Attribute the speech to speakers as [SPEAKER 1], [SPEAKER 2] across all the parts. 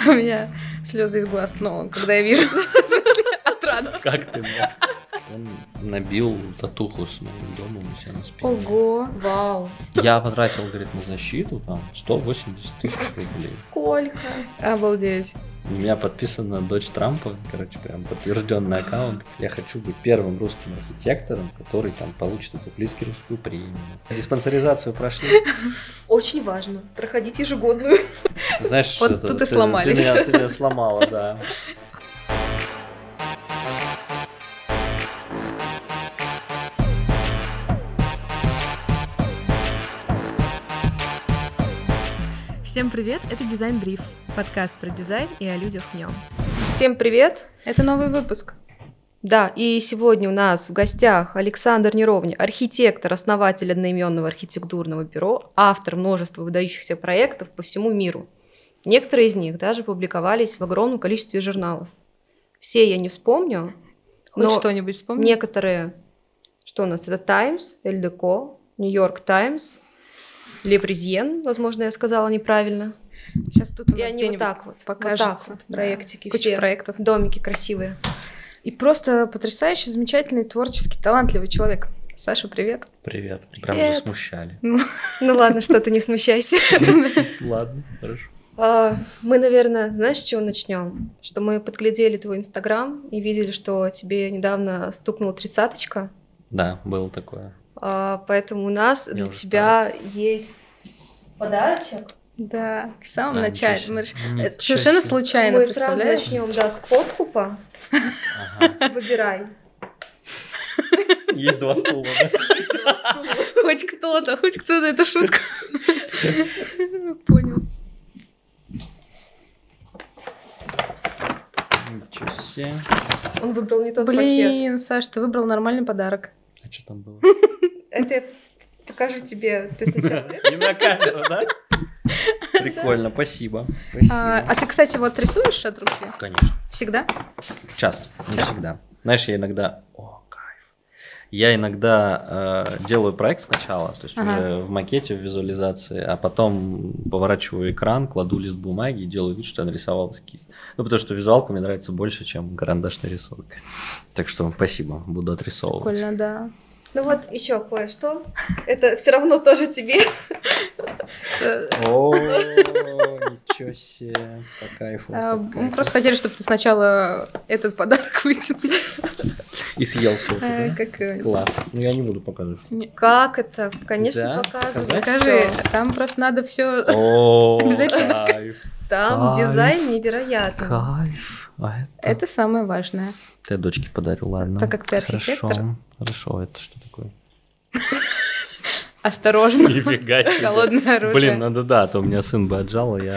[SPEAKER 1] У меня слезы из глаз, но когда я вижу, в смысле, от радости.
[SPEAKER 2] Как ты мог? Он набил татуху с моим домом у себя на спине.
[SPEAKER 1] Ого.
[SPEAKER 3] Вау.
[SPEAKER 2] Я потратил, говорит, на защиту там 180 тысяч рублей.
[SPEAKER 3] Сколько?
[SPEAKER 1] Обалдеть.
[SPEAKER 2] У меня подписана дочь Трампа, короче, прям подтвержденный аккаунт. Я хочу быть первым русским архитектором, который там получит эту Плискеревскую премию. Диспансеризацию прошли.
[SPEAKER 3] Очень важно. Проходить ежегодную.
[SPEAKER 2] Ты знаешь,
[SPEAKER 1] Вот тут и сломались.
[SPEAKER 2] Ты меня сломала, да.
[SPEAKER 4] Всем привет, это Дизайн Бриф, подкаст про дизайн и о людях в нем.
[SPEAKER 3] Всем привет.
[SPEAKER 1] Это новый выпуск.
[SPEAKER 3] Да, и сегодня у нас в гостях Александр Неровни, архитектор, основатель одноименного архитектурного бюро, автор множества выдающихся проектов по всему миру. Некоторые из них даже публиковались в огромном количестве журналов. Все я не вспомню,
[SPEAKER 1] Хоть
[SPEAKER 3] но
[SPEAKER 1] что-нибудь вспомнил?
[SPEAKER 3] некоторые, что у нас, это Times, Elle Decor, New York Times, Le Parisien, возможно, я сказала неправильно.
[SPEAKER 1] Сейчас тут у
[SPEAKER 3] И
[SPEAKER 1] нас
[SPEAKER 3] они вот
[SPEAKER 1] где-нибудь
[SPEAKER 3] так вот
[SPEAKER 1] покажется. Да.
[SPEAKER 3] проектики,
[SPEAKER 1] Куча
[SPEAKER 3] все
[SPEAKER 1] проектов.
[SPEAKER 3] домики красивые.
[SPEAKER 1] И просто потрясающий, замечательный, творческий, талантливый человек. Саша, привет.
[SPEAKER 2] Привет. Прям
[SPEAKER 1] Привет.
[SPEAKER 2] же смущали.
[SPEAKER 3] Ну ладно, что ты не смущайся.
[SPEAKER 2] Ладно, хорошо.
[SPEAKER 3] Мы, наверное, знаешь, с чего начнем? Что мы подглядели твой Инстаграм и видели, что тебе недавно стукнула 30-очка.
[SPEAKER 2] Да, было такое.
[SPEAKER 3] Поэтому у нас
[SPEAKER 2] Я
[SPEAKER 3] для
[SPEAKER 2] уже
[SPEAKER 3] тебя есть подарочек.
[SPEAKER 1] Да, в самом
[SPEAKER 2] А,
[SPEAKER 1] начале.
[SPEAKER 2] ничего
[SPEAKER 1] Мы
[SPEAKER 2] себе. Ничего
[SPEAKER 1] это совершенно
[SPEAKER 2] себе.
[SPEAKER 1] случайно,
[SPEAKER 3] Мы сразу
[SPEAKER 1] представляешь?
[SPEAKER 3] начнем, да, с подкупа.
[SPEAKER 2] Ага.
[SPEAKER 3] Выбирай.
[SPEAKER 2] Есть два стула, да?
[SPEAKER 1] Хоть кто-то, это шутка. Понял.
[SPEAKER 2] Ничего себе.
[SPEAKER 3] Он выбрал не тот пакет.
[SPEAKER 1] Блин, Саш, ты выбрал нормальный подарок.
[SPEAKER 2] А что там было?
[SPEAKER 3] Это я покажу тебе. Ты сначала.
[SPEAKER 2] Не на камеру, да? Прикольно, спасибо.
[SPEAKER 1] А ты, кстати, вот рисуешь от руки?
[SPEAKER 2] Конечно.
[SPEAKER 1] Всегда?
[SPEAKER 2] Часто, не всегда. Знаешь, я иногда... О, кайф. Я иногда делаю проект сначала, то есть
[SPEAKER 1] Ага.
[SPEAKER 2] уже в макете, в визуализации, а потом поворачиваю экран, кладу лист бумаги и делаю вид, что я нарисовал эскиз. Ну, потому что визуалка мне нравится больше, чем карандашный рисунок. Так что спасибо, буду отрисовывать.
[SPEAKER 1] Прикольно, да.
[SPEAKER 3] Ну вот еще кое-что. Это все равно тоже тебе.
[SPEAKER 2] О, ничего себе, по кайфу. по
[SPEAKER 1] Мы
[SPEAKER 2] кайфу.
[SPEAKER 1] просто хотели, чтобы ты сначала этот подарок вытянул.
[SPEAKER 2] И съел все это, да? Класс. Ну, я не буду показывать, что...
[SPEAKER 3] Как это? Конечно,
[SPEAKER 2] Да?
[SPEAKER 3] показывай.
[SPEAKER 2] Показать?
[SPEAKER 1] Скажи,
[SPEAKER 3] Всё.
[SPEAKER 1] там просто надо все.
[SPEAKER 2] О,
[SPEAKER 1] Обязательно.
[SPEAKER 2] кайф.
[SPEAKER 3] Там
[SPEAKER 2] Кайф.
[SPEAKER 3] дизайн невероятный.
[SPEAKER 2] Кайф. А это...
[SPEAKER 1] Это самое важное.
[SPEAKER 2] Я дочке подарю, ладно.
[SPEAKER 1] Так как ты архитектор.
[SPEAKER 2] Хорошо, это что такое?
[SPEAKER 1] Осторожно.
[SPEAKER 2] Нифига себе.
[SPEAKER 1] Холодное оружие.
[SPEAKER 2] Блин, надо, да, а то у меня сын бы отжал, а я...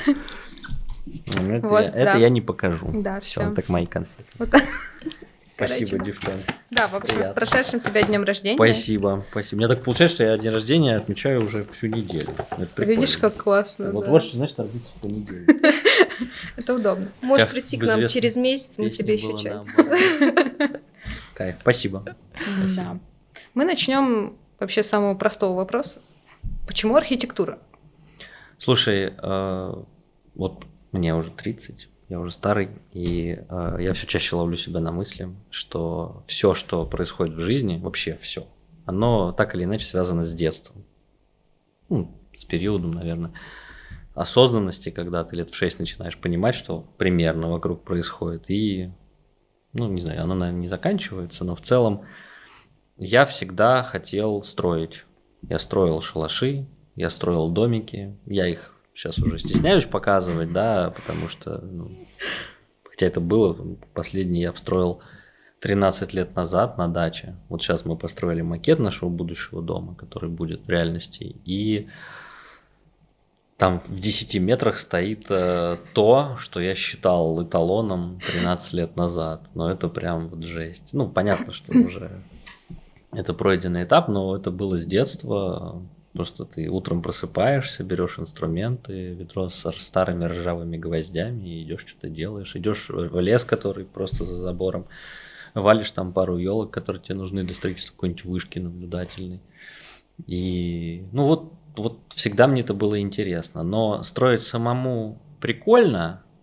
[SPEAKER 1] Вот,
[SPEAKER 2] Это
[SPEAKER 1] да.
[SPEAKER 2] я не покажу.
[SPEAKER 1] Да,
[SPEAKER 2] Все,
[SPEAKER 1] всё.
[SPEAKER 2] так мои конфеты.
[SPEAKER 1] Вот так.
[SPEAKER 2] Спасибо,
[SPEAKER 1] Короче,
[SPEAKER 2] девчонки.
[SPEAKER 1] Да, в общем, с
[SPEAKER 2] Приятно.
[SPEAKER 1] прошедшим тебя днем рождения.
[SPEAKER 2] Спасибо. У меня так получается, что я день рождения отмечаю уже всю неделю. Это прикольно.
[SPEAKER 1] Видишь, как классно.
[SPEAKER 2] Вот
[SPEAKER 1] да.
[SPEAKER 2] вот что значит родиться в понедельник.
[SPEAKER 1] Это удобно.
[SPEAKER 3] Можешь
[SPEAKER 2] Как
[SPEAKER 3] прийти
[SPEAKER 2] в
[SPEAKER 3] к нам
[SPEAKER 2] известной
[SPEAKER 3] через месяц, мы
[SPEAKER 2] Песня
[SPEAKER 3] тебе еще
[SPEAKER 2] была
[SPEAKER 3] что-нибудь.
[SPEAKER 2] наоборот. Кайф, спасибо.
[SPEAKER 1] Да. Мы начнем вообще с самого простого вопроса. Почему архитектура?
[SPEAKER 2] Слушай, вот мне уже 30, я уже старый, и я все чаще ловлю себя на мысли, что все, что происходит в жизни, вообще все, оно так или иначе связано с детством. Ну, с периодом, наверное, осознанности, когда ты лет в 6 начинаешь понимать, что примерно вокруг происходит, и, ну, не знаю, оно, наверное, не заканчивается, но в целом я всегда хотел строить. Я строил шалаши, я строил домики, я их сейчас уже стесняюсь показывать, да, потому что, ну, хотя это было, последний я обстроил 13 лет назад на даче. Вот сейчас мы построили макет нашего будущего дома, который будет в реальности, и там в 10 метрах стоит то, что я считал эталоном 13 лет назад, но это прям вот жесть. Ну, понятно, что уже это пройденный этап, но это было с детства. Просто ты утром просыпаешься, берешь инструменты, ведро с старыми ржавыми гвоздями и идешь что-то делаешь. Идешь в лес, который просто за забором, валишь там пару елок, которые тебе нужны для строительства какой-нибудь вышки наблюдательной. И ну вот всегда мне это было интересно. Но строить самому прикольно,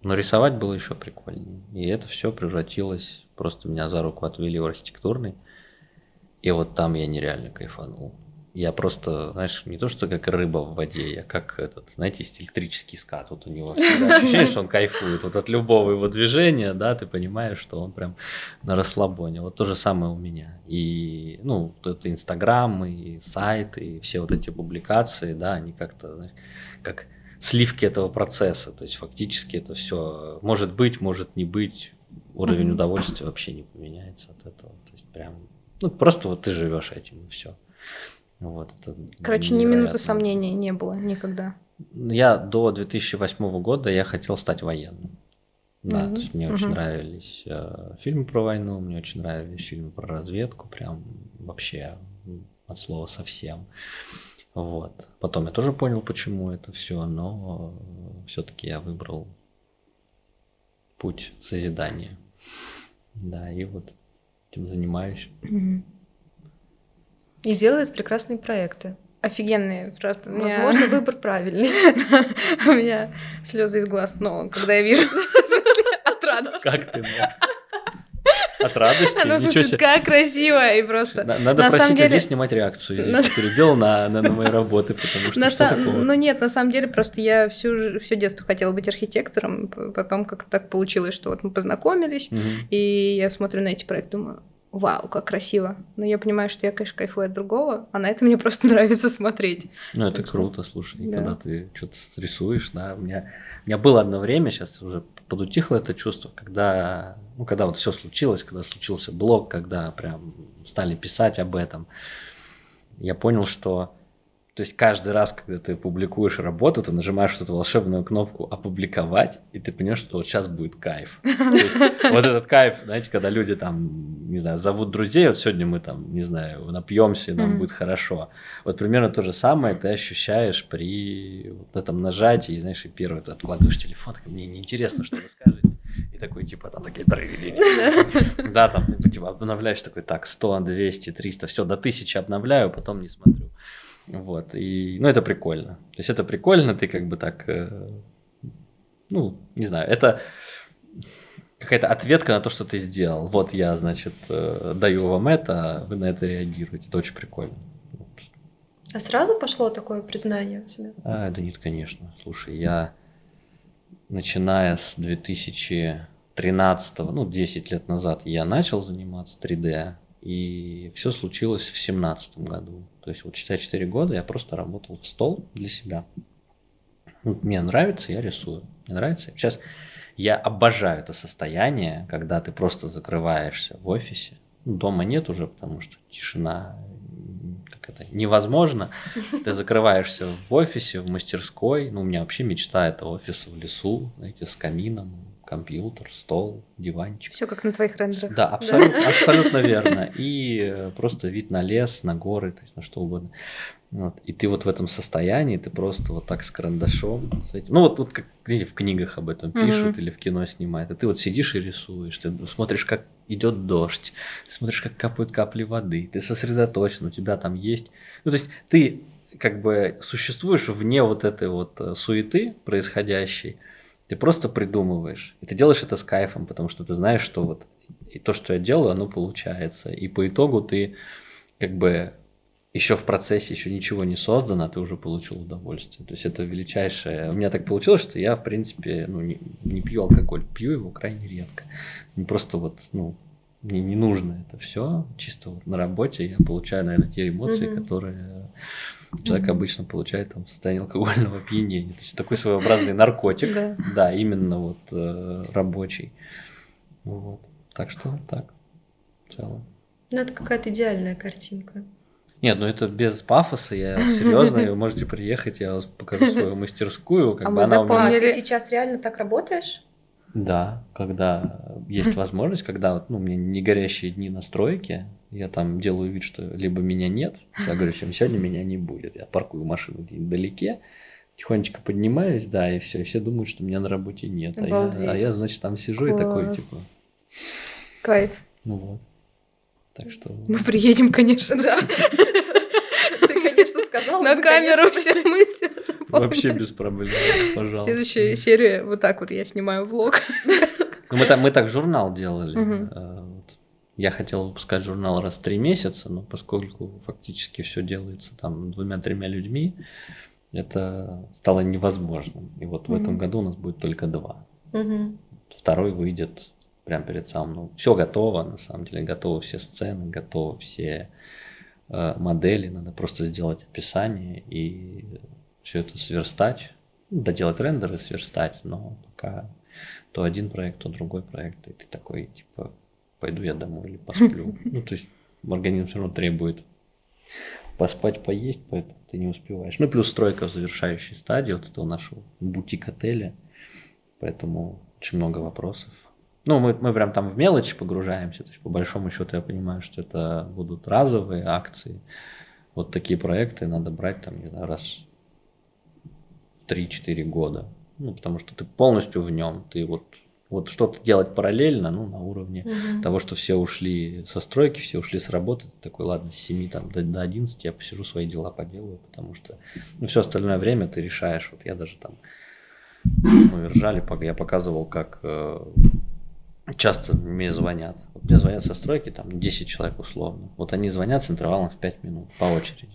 [SPEAKER 2] Но рисовать было еще прикольнее. И это все превратилось, просто меня за руку отвели в архитектурный. И вот там я нереально кайфанул. Я просто, знаешь, не то, что как рыба в воде, я как этот, знаете, есть электрический скат. Вот у него всегда ощущение, что он кайфует. Вот от любого его движения, да, ты понимаешь, что он прям на расслабоне. Вот то же самое у меня. И, ну, вот это Инстаграм, и сайт, и все вот эти публикации, да, они как-то, знаешь, как сливки этого процесса. То есть фактически это все может быть, может не быть. Уровень удовольствия вообще не поменяется от этого. То есть прям, ну, просто вот ты живешь этим, и все. Вот, это
[SPEAKER 1] Короче, ни
[SPEAKER 2] невероятно.
[SPEAKER 1] минуты сомнений не было никогда.
[SPEAKER 2] Я до 2008 года я хотел стать военным. Да, то есть мне очень нравились фильмы про войну, мне очень нравились фильмы про разведку, прям вообще от слова совсем. Вот. Потом я тоже понял, почему это все, но все-таки я выбрал путь созидания. Да, и вот этим занимаюсь.
[SPEAKER 3] И делает прекрасные проекты.
[SPEAKER 1] Офигенные просто.
[SPEAKER 3] Возможно, выбор правильный.
[SPEAKER 1] У меня слезы из глаз, но когда я вижу, в смысле, от радости.
[SPEAKER 2] Как ты мог? От радости?
[SPEAKER 1] Она, в
[SPEAKER 2] Ничего
[SPEAKER 1] смысле,
[SPEAKER 2] себе.
[SPEAKER 1] такая красивая и просто...
[SPEAKER 2] Надо
[SPEAKER 1] на самом
[SPEAKER 2] просить людей
[SPEAKER 1] деле-
[SPEAKER 2] снимать реакцию. Я перебил на мои работы, потому что что такого?
[SPEAKER 1] Ну нет, на самом деле просто я все детство хотела быть архитектором, потом как-то так получилось, что вот мы познакомились,
[SPEAKER 2] Мгм.
[SPEAKER 1] и я смотрю на эти проекты, думаю, вау, как красиво. Но я понимаю, что я, конечно, кайфую от другого, а на это мне просто нравится смотреть.
[SPEAKER 2] Ну, это
[SPEAKER 1] Так что-
[SPEAKER 2] круто, слушай,
[SPEAKER 1] да.
[SPEAKER 2] когда ты что-то рисуешь, да, у меня было одно время, сейчас уже подутихло это чувство, когда вот все случилось, когда случился блог, когда прям стали писать об этом, я понял, что, то есть каждый раз, когда ты публикуешь работу, ты нажимаешь вот эту волшебную кнопку «Опубликовать», и ты понимаешь, что вот сейчас будет кайф. То есть вот этот кайф, знаете, когда люди там, не знаю, зовут друзей, вот сегодня мы там, не знаю, напьемся, и нам будет хорошо. Вот примерно то же самое ты ощущаешь при вот этом нажатии, и, знаешь, и первый ты откладываешь телефон, такой, мне неинтересно, что вы скажете. И такой, типа, там такие да, там, типа, обновляешь такой, так, 100, 200, 300, все, до 1000 обновляю, потом не смотрю. Вот, и, ну, это прикольно. То есть это прикольно, ты как бы так, ну, не знаю, это какая-то ответка на то, что ты сделал. Вот я, значит, даю вам это, а вы на это реагируете. Это очень прикольно. Вот.
[SPEAKER 3] А сразу пошло такое признание у тебя?
[SPEAKER 2] Да нет, конечно. Слушай, я, начиная с 2013, ну, 10 лет назад, я начал заниматься 3D, и все случилось в 2017 году. То есть, вот, считай, 4 года я просто работал в стол для себя. Вот мне нравится, я рисую. Мне нравится. Сейчас я обожаю это состояние, когда ты просто закрываешься в офисе. Ну, дома нет уже, потому что тишина, как это, невозможно. Ты закрываешься в офисе, в мастерской. Ну, у меня вообще мечта — это офис в лесу, знаете, с камином, компьютер, стол, диванчик.
[SPEAKER 1] Все как на твоих рендерах.
[SPEAKER 2] Да, абсолютно верно. И просто вид на лес, на горы, то есть на что угодно. Вот. И ты вот в этом состоянии, ты просто вот так с карандашом, с этим, ну вот как где в книгах об этом пишут или в кино снимают, и ты вот сидишь и рисуешь, ты смотришь, как идет дождь, ты смотришь, как капают капли воды, ты сосредоточен, у тебя там есть, ну то есть ты как бы существуешь вне вот этой вот суеты происходящей, ты просто придумываешь, и ты делаешь это с кайфом, потому что ты знаешь, что вот и то, что я делаю, оно получается, и по итогу ты как бы еще в процессе еще ничего не создано, а ты уже получил удовольствие. То есть это величайшее. У меня так получилось, что я, в принципе, ну, не пью алкоголь, пью его крайне редко. Не просто вот, ну, мне не нужно это все. Чисто вот на работе я получаю, наверное, те эмоции, которые человек обычно получает там, в состоянии алкогольного опьянения. То есть такой своеобразный наркотик, да, именно вот рабочий. Вот. Так что так, в целом.
[SPEAKER 3] Ну, это какая-то идеальная картинка.
[SPEAKER 2] Нет, ну это без пафоса, я серьезно, вы можете приехать, я вас покажу свою мастерскую, как бы она у меня...
[SPEAKER 3] А ты сейчас реально так работаешь?
[SPEAKER 2] Да, когда есть возможность, когда вот, ну, у меня не горящие дни на стройке, я там делаю вид, что либо меня нет, я говорю всем, сегодня меня не будет, я паркую машину где-нибудь вдалеке, тихонечко поднимаюсь, да, и все думают, что меня на работе нет, а я, значит, там сижу и такой, типа...
[SPEAKER 1] Кайф.
[SPEAKER 2] Ну вот, так что...
[SPEAKER 1] Мы приедем, конечно.
[SPEAKER 3] Да. Ты, конечно, сказала
[SPEAKER 1] на
[SPEAKER 3] бы,
[SPEAKER 1] камеру
[SPEAKER 3] конечно.
[SPEAKER 1] все мы все запомнили.
[SPEAKER 2] Вообще без проблем, пожалуйста.
[SPEAKER 1] Следующая серия, вот так вот я снимаю влог.
[SPEAKER 2] Ну, мы так журнал делали.
[SPEAKER 1] Мгм.
[SPEAKER 2] Вот. Я хотел выпускать журнал раз в 3 месяца, но поскольку фактически все делается там 2-3 людьми, это стало невозможным. И вот в этом
[SPEAKER 1] Мгм.
[SPEAKER 2] году у нас будет только 2.
[SPEAKER 3] Мгм.
[SPEAKER 2] Второй выйдет прямо перед самым. Ну, все готово, на самом деле, готовы все сцены, готовы все модели. Надо просто сделать описание и все это сверстать, доделать рендеры, сверстать, но пока то один проект, то другой проект, и ты такой, типа, пойду я домой или посплю. Ну, то есть организм все равно требует поспать, поесть, поэтому ты не успеваешь. Ну, и плюс стройка в завершающей стадии вот этого нашего бутик-отеля, поэтому очень много вопросов. Ну, мы прям там в мелочи погружаемся, то есть по большому счету я понимаю, что это будут разовые акции. Вот такие проекты надо брать там, не знаю, раз в 3-4 года. Ну, потому что ты полностью в нем, ты вот что-то делать параллельно, ну, на уровне
[SPEAKER 3] Мгм.
[SPEAKER 2] того, что все ушли со стройки, все ушли с работы, ты такой, ладно, с 7 там, до 11 я посижу, свои дела поделаю, потому что все остальное время ты решаешь. Вот я даже там, мы ржали, я показывал, как часто мне звонят. Вот мне звонят со стройки, там 10 человек условно. Вот они звонят с интервалом в 5 минут по очереди.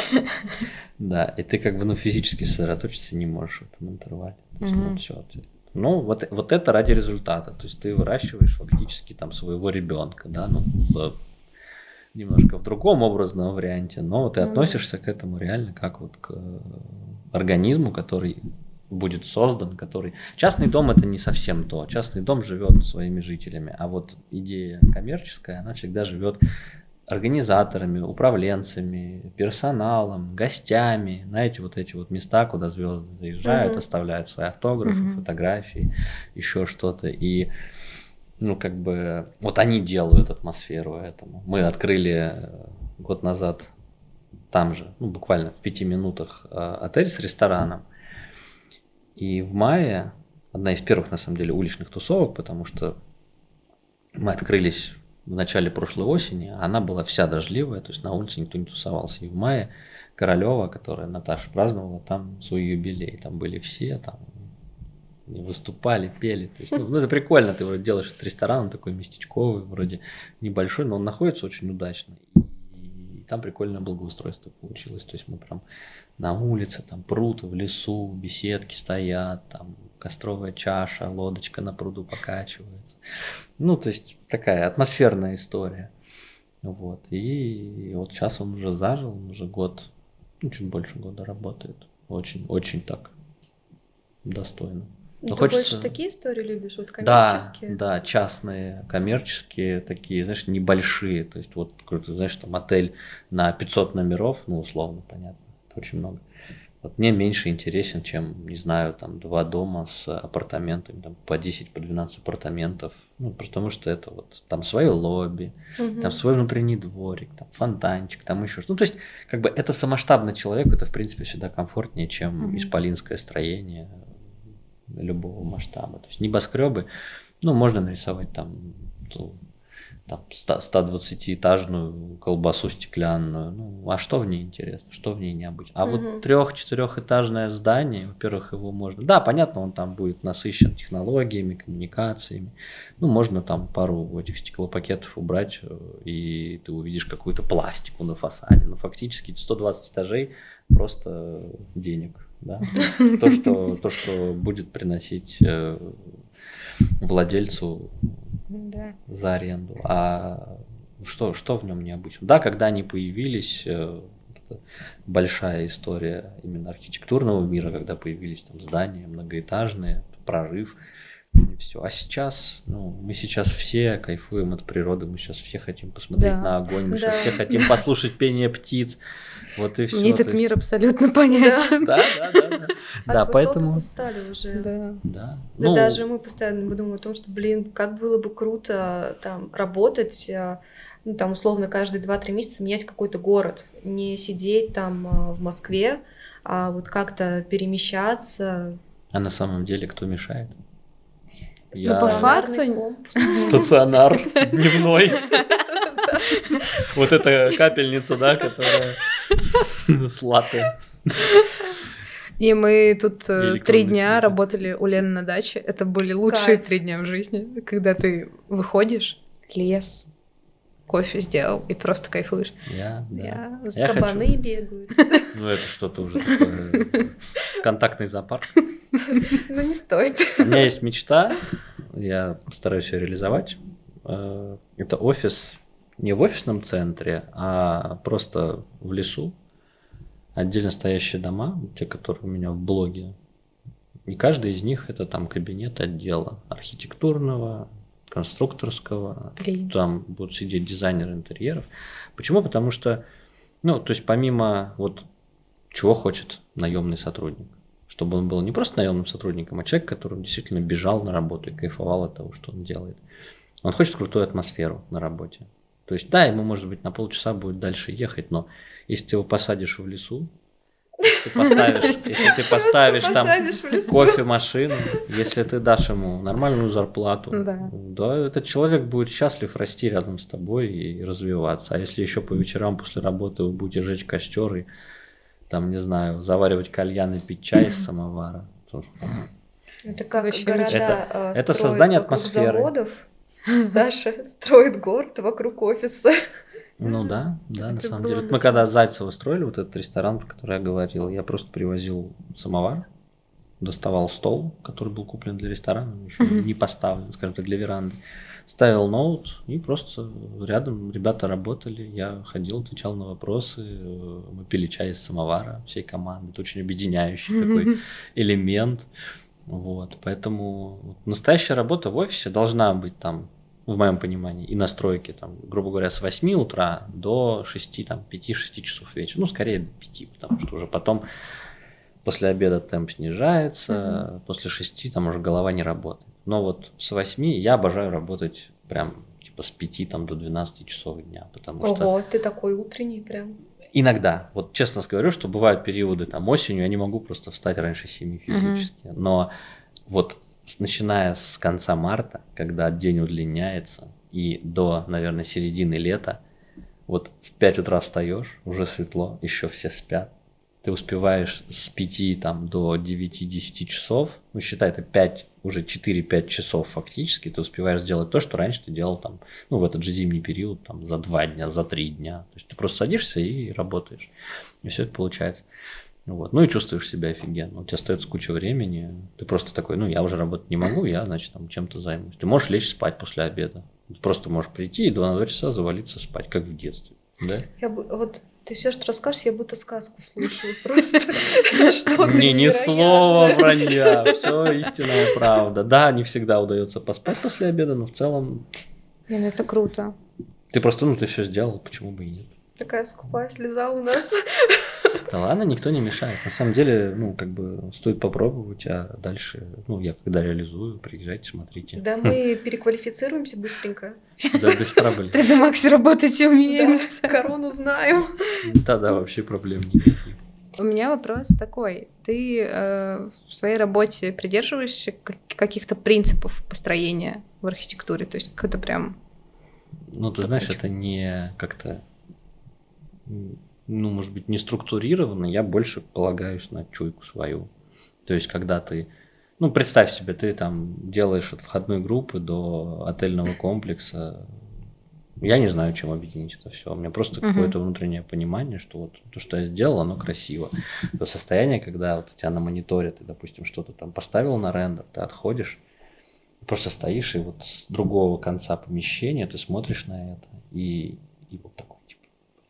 [SPEAKER 2] Да, и ты как бы, ну, физически сосредоточиться не можешь в этом интервале. То есть, ну, все. Ну, вот это ради результата. То есть ты выращиваешь фактически там своего ребенка, да, ну, немножко в другом образном варианте, но ты относишься к этому реально как вот к организму, который будет создан, который... Частный дом — это не совсем то. Частный дом живет своими жителями, а вот идея коммерческая, она всегда живет организаторами, управленцами, персоналом, гостями, знаете, вот эти вот места, куда звезды заезжают, оставляют свои автографы, фотографии, еще что-то. И, ну, как бы, вот они делают атмосферу этому. Мы открыли год назад там же, ну, буквально в 5 минутах отель с рестораном. И в мае одна из первых, на самом деле, уличных тусовок, потому что мы открылись в начале прошлой осени, а она была вся дождливая, то есть на улице никто не тусовался. И в мае Королева, которая Наташа праздновала, там свой юбилей, там были все, там выступали, пели. То есть, ну, это прикольно, ты вроде делаешь этот ресторан, он такой местечковый, вроде небольшой, но он находится очень удачно. И там прикольное благоустройство получилось. То есть мы прям на улице, там пруд в лесу, беседки стоят, там костровая чаша, лодочка на пруду покачивается. Ну, то есть такая атмосферная история. Вот. И вот сейчас он уже зажил, он уже год, ну, чуть больше года работает. Очень так достойно.
[SPEAKER 3] Ты
[SPEAKER 2] хочется...
[SPEAKER 3] больше такие истории любишь, вот коммерческие?
[SPEAKER 2] Да, частные, коммерческие, такие, знаешь, небольшие. То есть вот, знаешь, там отель на 500 номеров, ну, условно, понятно, это очень много. Вот мне меньше интересен, чем, не знаю, там 2 дома с апартаментами, там по 10, по 12 апартаментов. Ну, потому что это вот там свое лобби, там свой внутренний дворик, там фонтанчик, там еще что-то. Ну, то есть, как бы это самоштабный человек, это, в принципе, всегда комфортнее, чем исполинское строение любого масштаба. То есть небоскребы, ну, можно нарисовать там 120-этажную колбасу стеклянную. Ну, а что в ней интересно, что в ней необычно? А вот 3-4-этажное здание, во-первых, его можно... Да, понятно, он там будет насыщен технологиями, коммуникациями. Ну, можно там пару этих стеклопакетов убрать, и ты увидишь какую-то пластику на фасаде. Но фактически 120 этажей просто денег. Да? То, что будет приносить владельцу за аренду. А что в нем необычно? Да, когда они появились, это большая история именно архитектурного мира, когда появились там здания многоэтажные, прорыв, и все. А сейчас, ну, мы сейчас все кайфуем от природы, мы сейчас все хотим посмотреть на огонь, мы сейчас все хотим послушать пение птиц. Вот и все.
[SPEAKER 1] Мне этот мир абсолютно понятен.
[SPEAKER 2] Да.
[SPEAKER 3] От
[SPEAKER 2] поэтому...
[SPEAKER 3] высоток устали уже.
[SPEAKER 2] Да.
[SPEAKER 3] Да, даже мы постоянно думаем о том, что, как было бы круто там работать, ну, там, условно, каждые 2-3 месяца менять какой-то город, не сидеть там в Москве, а вот как-то перемещаться.
[SPEAKER 2] А на самом деле кто мешает?
[SPEAKER 1] Ну, по факту...
[SPEAKER 2] Стационар дневной. Вот эта капельница, да, которая С латте.
[SPEAKER 1] И мы тут 3
[SPEAKER 2] электронный
[SPEAKER 1] дня
[SPEAKER 2] смартфон.
[SPEAKER 1] работали у Лены на даче. Это были лучшие
[SPEAKER 3] Кайф.
[SPEAKER 1] 3 дня в жизни, когда ты выходишь, лес, кофе сделал и просто кайфуешь.
[SPEAKER 2] Да.
[SPEAKER 1] Я
[SPEAKER 2] Я хочу.
[SPEAKER 3] Кабаны бегают.
[SPEAKER 2] Ну, это что-то уже такое. Контактный зоопарк.
[SPEAKER 3] Ну, не стоит.
[SPEAKER 2] У меня есть мечта, я стараюсь ее реализовать. Это офис не в офисном центре, а просто в лесу. Отдельно стоящие дома, те, которые у меня в блоге. И каждый из них это там кабинет отдела архитектурного, конструкторского.
[SPEAKER 1] Блин.
[SPEAKER 2] Там будут сидеть дизайнеры интерьеров. Почему? Потому что, ну, то есть помимо вот чего хочет наемный сотрудник, чтобы он был не просто наемным сотрудником, а человек, который действительно бежал на работу и кайфовал от того, что он делает. Он хочет крутую атмосферу на работе. То есть, да, ему, может быть, на полчаса будет дальше ехать, но если ты его посадишь в лесу, если ты поставишь там
[SPEAKER 3] Посадишь в лесу.
[SPEAKER 2] кофемашину, если ты дашь ему нормальную зарплату,
[SPEAKER 1] Да.
[SPEAKER 2] да, этот человек будет счастлив расти рядом с тобой и развиваться. А если еще по вечерам после работы вы будете жечь костер и там, не знаю, заваривать кальян и пить чай из самовара, то
[SPEAKER 3] Это как
[SPEAKER 1] Вообще
[SPEAKER 3] города
[SPEAKER 2] это
[SPEAKER 3] строят
[SPEAKER 2] создание
[SPEAKER 3] вокруг
[SPEAKER 2] атмосферы.
[SPEAKER 3] заводов. Саша строит город вокруг офиса.
[SPEAKER 2] ну да, на
[SPEAKER 3] Это
[SPEAKER 2] самом
[SPEAKER 3] было
[SPEAKER 2] деле.
[SPEAKER 3] бы
[SPEAKER 2] Мы когда Зайцево строили, вот этот ресторан, про который я говорил, я просто привозил самовар, доставал стол, который был куплен для ресторана, еще не поставлен, скажем так, для веранды. Ставил ноут, и просто рядом ребята работали, я ходил, отвечал на вопросы, мы пили чай из самовара всей команды. Это очень объединяющий такой элемент. Вот, поэтому вот настоящая работа в офисе должна быть там, в моем понимании, и настройки, там, грубо говоря, с 8 утра до 6, там, 5-6 часов вечера. Ну, скорее до 5, потому что уже потом после обеда темп снижается, после 6 там уже голова не работает. Но вот с 8 я обожаю работать прям типа с 5 там, до 12 часов дня, потому что
[SPEAKER 3] Ого, ты такой утренний прям.
[SPEAKER 2] иногда, вот честно говорю, что бывают периоды, там осенью я не могу просто встать раньше 7 физически, но вот начиная с конца марта, когда день удлиняется, и до, наверное, середины лета, вот в 5 утра встаешь, уже светло, еще все спят, ты успеваешь с 5 там, до 9-10 часов, ну считай, это 5, уже 4-5 часов фактически, ты успеваешь сделать то, что раньше ты делал там, ну в этот же зимний период, там за 2 дня, за 3 дня. То есть ты просто садишься и работаешь, и все это получается. Вот. Ну и чувствуешь себя офигенно. У тебя остается куча времени, ты просто такой, ну я уже работать не могу, я, значит, там чем-то займусь. Ты можешь лечь спать после обеда. Ты просто можешь прийти и 2 часа завалиться спать, как в детстве. Да?
[SPEAKER 3] Вот ты все, что расскажешь, я будто сказку слушаю. Просто что-то
[SPEAKER 2] Не, ни
[SPEAKER 3] невероятное.
[SPEAKER 2] слова вранья, все истинная правда. Да, не всегда удается поспать после обеда, но в целом
[SPEAKER 1] Блин, это круто.
[SPEAKER 2] ты просто, ну ты все сделал, почему бы и нет.
[SPEAKER 3] Такая скупая слеза у нас.
[SPEAKER 2] Да ладно, никто не мешает. На самом деле, ну, как бы стоит попробовать, а дальше, ну, я когда реализую, приезжайте, смотрите.
[SPEAKER 3] Да, мы переквалифицируемся быстренько.
[SPEAKER 2] Да, без проблем.
[SPEAKER 1] 3D Max работать умеем.
[SPEAKER 3] Да, корону знаем.
[SPEAKER 2] Да, вообще проблем никаких.
[SPEAKER 1] У меня вопрос такой. Ты в своей работе придерживаешься каких-то принципов построения в архитектуре? То есть какой-то прям...
[SPEAKER 2] Ну, ты знаешь, это не как-то, ну, может быть, не структурированно, я больше полагаюсь на чуйку свою. То есть, когда ты, ну, представь себе, ты там делаешь от входной группы до отельного комплекса, я не знаю, чем объединить это все. У меня просто какое-то внутреннее понимание, что вот то, что я сделал, оно красиво. То состояние, когда вот у тебя на мониторе, ты, допустим, что-то там поставил на рендер, ты отходишь, просто стоишь, и вот с другого конца помещения ты смотришь на это, и вот такой, типа,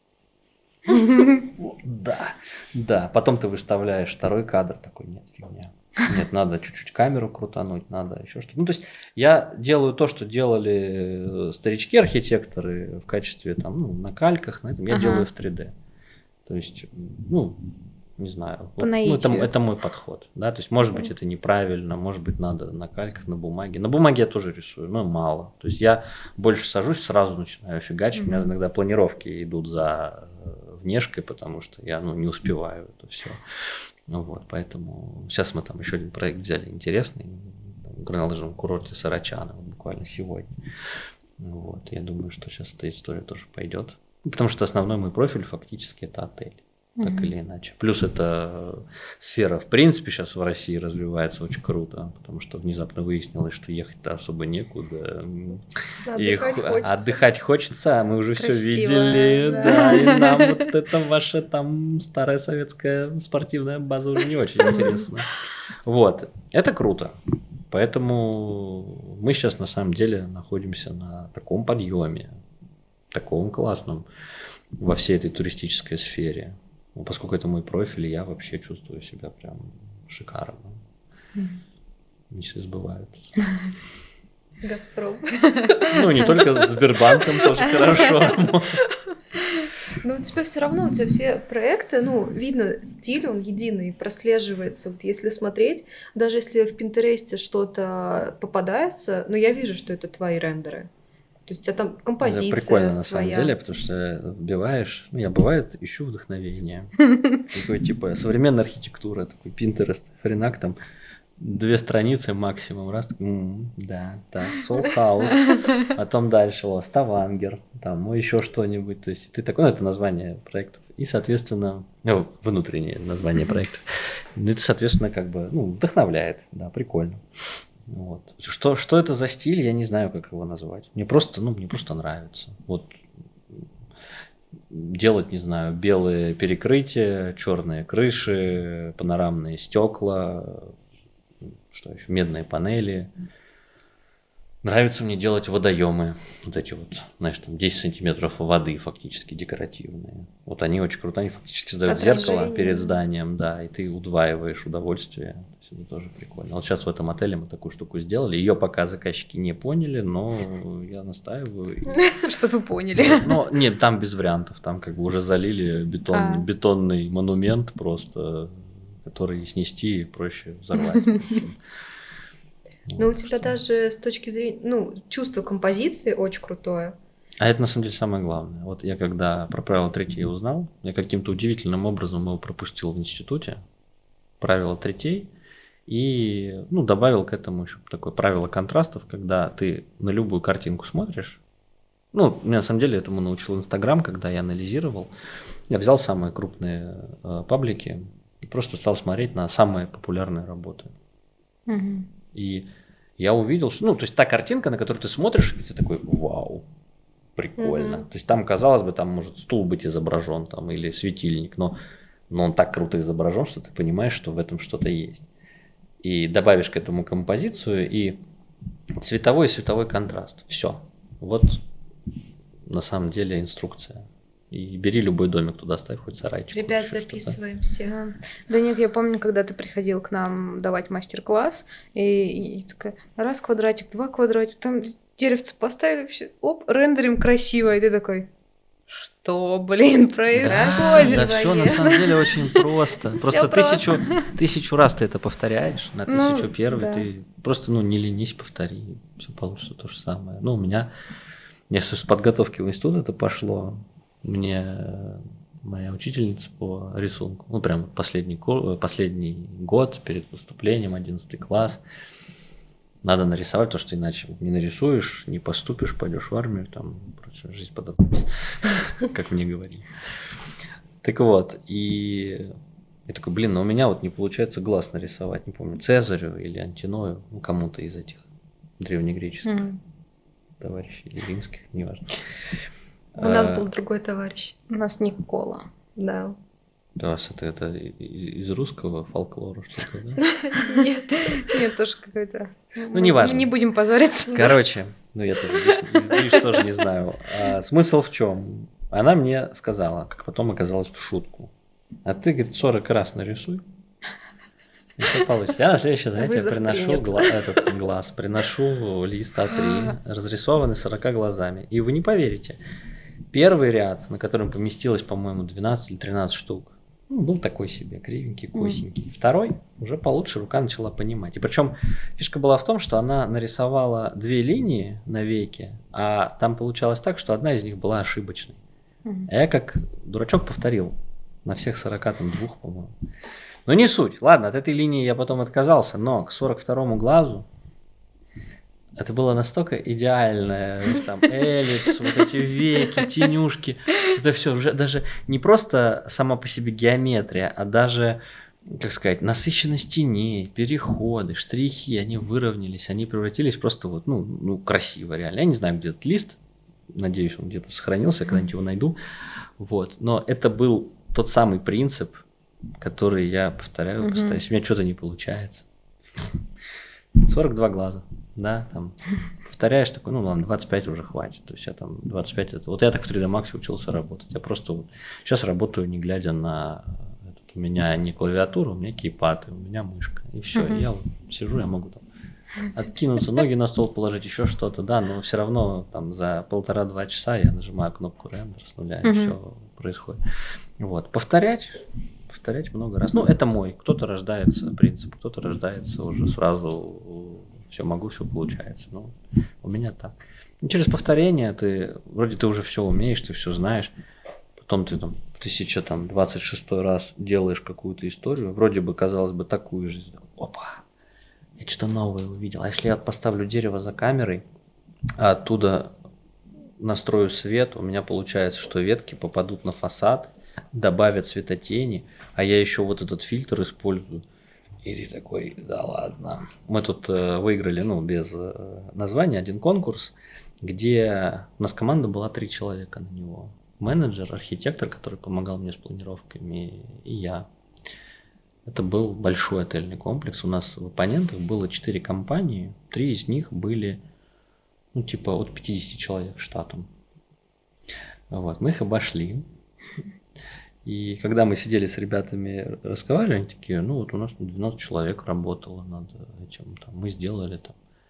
[SPEAKER 2] да. Потом ты выставляешь второй кадр, такой, нет, фигня. Нет, надо чуть-чуть камеру крутануть, надо еще что-то. Ну, то есть я делаю то, что делали старички-архитекторы в качестве там, ну, на кальках, на этом я делаю в 3D. То есть, ну, не знаю.
[SPEAKER 1] По
[SPEAKER 2] Вот,
[SPEAKER 1] наитию.
[SPEAKER 2] это мой подход. Да? То есть, может быть, это неправильно, может быть, надо на кальках, на бумаге. На бумаге я тоже рисую, но мало. То есть я больше сажусь, сразу начинаю фигачить. У меня иногда планировки идут за внешкой, потому что я не успеваю это все. Ну вот, поэтому сейчас мы там еще один проект взяли интересный в горнолыжном курорте Сарачана, буквально сегодня. Вот, я думаю, что сейчас эта история тоже пойдет. Потому что основной мой профиль фактически это отель. так или иначе. Плюс эта сфера, в принципе, сейчас в России развивается очень круто, потому что внезапно выяснилось, что ехать-то особо некуда. Отдыхать хочется, а мы уже все видели. Да, и нам вот это ваша там старая советская спортивная база уже не очень интересна. Вот, это круто. Поэтому мы сейчас на самом деле находимся на таком подъеме, таком классном во всей этой туристической сфере. Поскольку это мой профиль, я вообще чувствую себя прям шикарно. Мечты сбываются.
[SPEAKER 3] Газпром.
[SPEAKER 2] Ну, не только с Сбербанком тоже хорошо.
[SPEAKER 3] Но у тебя все равно, у тебя все проекты, видно, стиль, он единый, прослеживается. Вот если смотреть, даже если в Пинтересте что-то попадается, я вижу, что это твои рендеры. То есть у тебя там композиция
[SPEAKER 2] это прикольно
[SPEAKER 3] своя.
[SPEAKER 2] На самом деле, потому что вбиваешь, я бывает ищу вдохновение. Такой типа современная архитектура, такой Pinterest, хренак там 2 страницы максимум, раз, да, так, Soul House, потом дальше, Ставангер, там, еще что-нибудь, то есть ты такой, это название проектов, и, соответственно, внутреннее название проектов, это, соответственно, как бы, вдохновляет, да, прикольно. Вот. Что это за стиль, я не знаю, как его назвать. Мне просто нравится. Вот делать, не знаю, белые перекрытия, черные крыши, панорамные стекла, что еще, медные панели. Нравится мне делать водоемы, вот эти вот, знаешь, там 10 сантиметров воды фактически декоративные. Вот они очень круто, они фактически создают зеркало перед зданием, да, и ты удваиваешь удовольствие. То есть это тоже прикольно. Вот сейчас в этом отеле мы такую штуку сделали. Ее пока заказчики не поняли, но я настаиваю.
[SPEAKER 1] Чтобы поняли.
[SPEAKER 2] Но нет, там без вариантов, там как бы уже залили бетонный монумент просто, который снести проще взорвать.
[SPEAKER 3] Но у тебя даже с точки зрения, чувство композиции очень крутое.
[SPEAKER 2] А это на самом деле самое главное. Вот я когда про правило 3 узнал, я каким-то удивительным образом его пропустил в институте, правило 3, и добавил к этому еще такое правило контрастов, когда ты на любую картинку смотришь. Меня на самом деле этому научил Инстаграм, когда я анализировал. Я взял самые крупные паблики и просто стал смотреть на самые популярные работы.
[SPEAKER 1] Угу.
[SPEAKER 2] И я увидел, что, то есть та картинка, на которую ты смотришь, и ты такой, вау, прикольно. То есть там, казалось бы, там может стул быть изображен, там, или светильник, но он так круто изображен, что ты понимаешь, что в этом что-то есть. И добавишь к этому композицию и цветовой и световой контраст. Все. Вот на самом деле инструкция. И бери любой домик туда, ставь хоть сарайчик.
[SPEAKER 3] Ребят, записываемся.
[SPEAKER 1] Да нет, я помню, когда ты приходил к нам давать мастер-класс, и такая, раз квадратик, 2 квадратика, там деревце поставили, все, рендерим красиво, и ты такой, что, происходит?
[SPEAKER 2] Да все на самом деле очень просто. Просто тысячу раз ты это повторяешь, на 1001 ты просто, не ленись, повтори, все получится то же самое. У меня с подготовки в институт это пошло. Мне моя учительница по рисунку, прям последний год перед поступлением, 11 класс, надо нарисовать, то, что иначе не нарисуешь, не поступишь, пойдешь в армию, там, жизнь подобная, как мне говорили. Так вот, и я такой, у меня вот не получается глаз нарисовать, не помню, Цезарю или Антиною, кому-то из этих древнегреческих товарищей или римских, неважно.
[SPEAKER 3] У нас был другой товарищ.
[SPEAKER 1] У нас Никола.
[SPEAKER 3] Да.
[SPEAKER 2] У вас это из русского фолклора что-то, да?
[SPEAKER 3] Нет.
[SPEAKER 1] Нет, тоже какой-то.
[SPEAKER 2] Неважно.
[SPEAKER 1] Мы не будем позориться.
[SPEAKER 2] Короче, я тоже не знаю. Смысл в чем? Она мне сказала, как потом оказалось в шутку. А ты, говорит, 40 раз нарисуй. И все получится. Я на следующее занятие приношу приношу лист А3, разрисованный 40 глазами. И вы не поверите. Первый ряд, на котором поместилось, по-моему, 12 или 13 штук, был такой себе, кривенький, косенький. Второй уже получше, рука начала понимать. И причем фишка была в том, что она нарисовала 2 линии на веке, а там получалось так, что одна из них была ошибочной. А я как дурачок повторил на всех 42, по-моему. Но не суть. Ладно, от этой линии я потом отказался, но к 42-му глазу Это было настолько идеальное, знаешь, там эллипс, вот эти веки, тенюшки. Это все уже даже не просто сама по себе геометрия, а даже, как сказать, насыщенность теней, переходы, штрихи, они выровнялись, они превратились просто вот, ну красиво реально. Я не знаю, где этот лист, надеюсь, он где-то сохранился, я когда-нибудь его найду. Вот. Но это был тот самый принцип, который я повторяю постоянно. Если у меня что-то не получается. 42 глаза, да, там, повторяешь такой, ну ладно, 25 уже хватит, то есть я там 25, это, вот я так в 3D Max учился работать, я просто вот сейчас работаю, не глядя на, у меня не клавиатура, у меня кейпад, у меня мышка, и все, я вот сижу, я могу там откинуться, ноги на стол положить, еще что-то, да, но все равно там за 1,5-2 часа я нажимаю кнопку рендер с нуля, и все происходит. Вот, повторять много раз. Ну, это мой. Кто-то рождается принцип, кто-то рождается уже сразу все могу, все получается. Ну, у меня так. И через повторение ты уже все умеешь, ты все знаешь. Потом ты там 1026 раз делаешь какую-то историю, вроде бы, казалось бы, такую же. Опа! Я что-то новое увидел. А если я поставлю дерево за камерой, а оттуда настрою свет, у меня получается, что ветки попадут на фасад, добавят светотени, а я еще вот этот фильтр использую. И ты такой, да ладно. Мы тут выиграли, без названия, один конкурс, где у нас команда была 3 человека на него. Менеджер, архитектор, который помогал мне с планировками, и я. Это был большой отельный комплекс. У нас в оппонентах было 4 компании, 3 из них были, от 50 человек штатом. Вот, мы их обошли. И когда мы сидели с ребятами, разговаривали, они такие, у нас 12 человек работало над этим. Мы сделали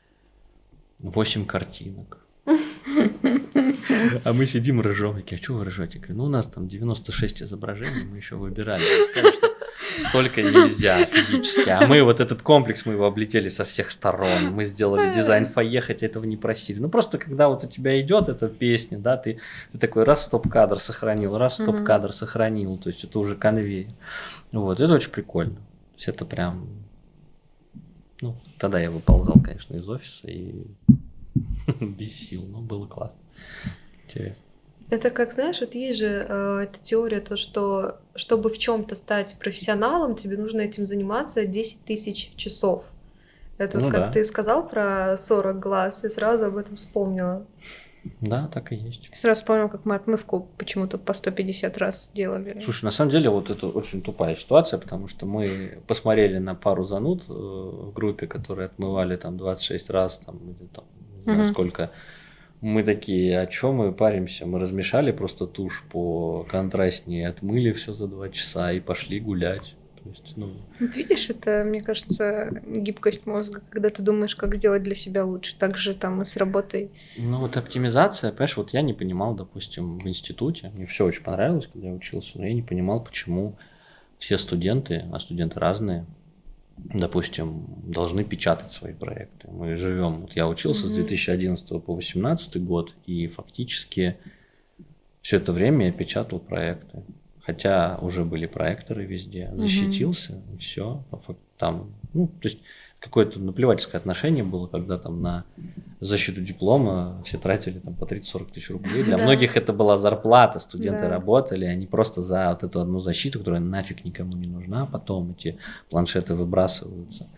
[SPEAKER 2] 8 картинок. А мы сидим ржем. Такие, а что вы ржете? Я говорю, у нас там 96 изображений, мы еще выбирали. Мы сказали, что столько нельзя физически. А мы вот этот комплекс, мы его облетели со всех сторон. Мы сделали дизайн фойе, хотя этого не просили. Просто когда вот у тебя идет эта песня, да, ты такой раз стоп-кадр сохранил, раз стоп-кадр сохранил. То есть это уже конвейер. Вот, это очень прикольно. То есть это прям... тогда я выползал, конечно, из офиса и без сил, но было классно. Интересно.
[SPEAKER 3] Это как, знаешь, вот есть же эта теория, то, что чтобы в чем-то стать профессионалом, тебе нужно этим заниматься 10 тысяч часов. Это вот как ты сказал про 40 глаз, и сразу об этом вспомнила.
[SPEAKER 2] Да, так и есть.
[SPEAKER 1] Я сразу вспомнил, как мы отмывку почему-то по 150 раз делали.
[SPEAKER 2] Слушай, на самом деле вот это очень тупая ситуация, потому что мы посмотрели на пару зануд в группе, которые отмывали 26 раз, не знаю, сколько. Мы такие, о чем мы паримся? Мы размешали просто тушь по контрастнее, отмыли все за 2 часа и пошли гулять. То есть,
[SPEAKER 1] Вот видишь, это, мне кажется, гибкость мозга, когда ты думаешь, как сделать для себя лучше. Так же и с работой.
[SPEAKER 2] Оптимизация, понимаешь, я не понимал, допустим, в институте, мне все очень понравилось, когда я учился, но я не понимал, почему все студенты, а студенты разные, допустим, должны печатать свои проекты. Мы живем, я учился с 2011 по 2018 год, и фактически все это время я печатал проекты. Хотя уже были проекторы везде, защитился, и все. То есть какое-то наплевательское отношение было, когда на защиту диплома все тратили по 30-40 тысяч рублей. Для многих это была зарплата, студенты работали, они просто за вот эту одну защиту, которая нафиг никому не нужна, потом эти планшеты выбрасываются.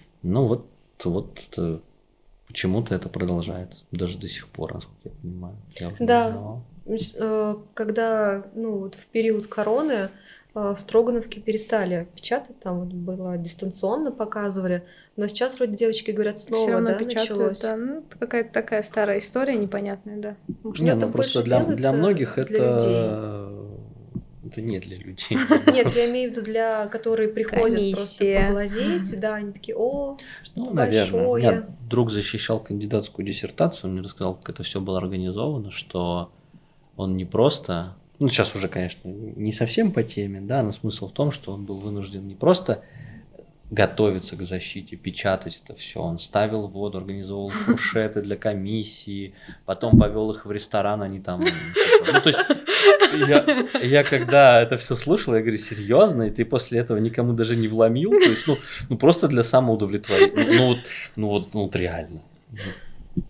[SPEAKER 2] Почему-то это продолжается, даже до сих пор, насколько я понимаю. Я уже не знал.
[SPEAKER 3] Когда, в период короны в Строгановке перестали печатать, там было дистанционно показывали, но сейчас вроде девочки говорят, снова, началось.
[SPEAKER 1] Да, это какая-то такая старая история непонятная, да.
[SPEAKER 3] Может,
[SPEAKER 2] просто для многих это не для людей.
[SPEAKER 3] Нет, я имею в виду для, которые приходят просто поглазеть, да, они такие, что-то
[SPEAKER 2] наверное.
[SPEAKER 3] большое.
[SPEAKER 2] У меня друг защищал кандидатскую диссертацию, он мне рассказал, как это все было организовано, что он не просто, сейчас уже, конечно, не совсем по теме, да, но смысл в том, что он был вынужден не просто готовиться к защите, печатать это все. Он ставил воду, организовывал фуршеты для комиссии, потом повел их в ресторан, они там... то есть я когда это все слышал, я говорю, серьезно? И ты после этого никому даже не вломил? То есть, просто для самоудовлетворения. Реально.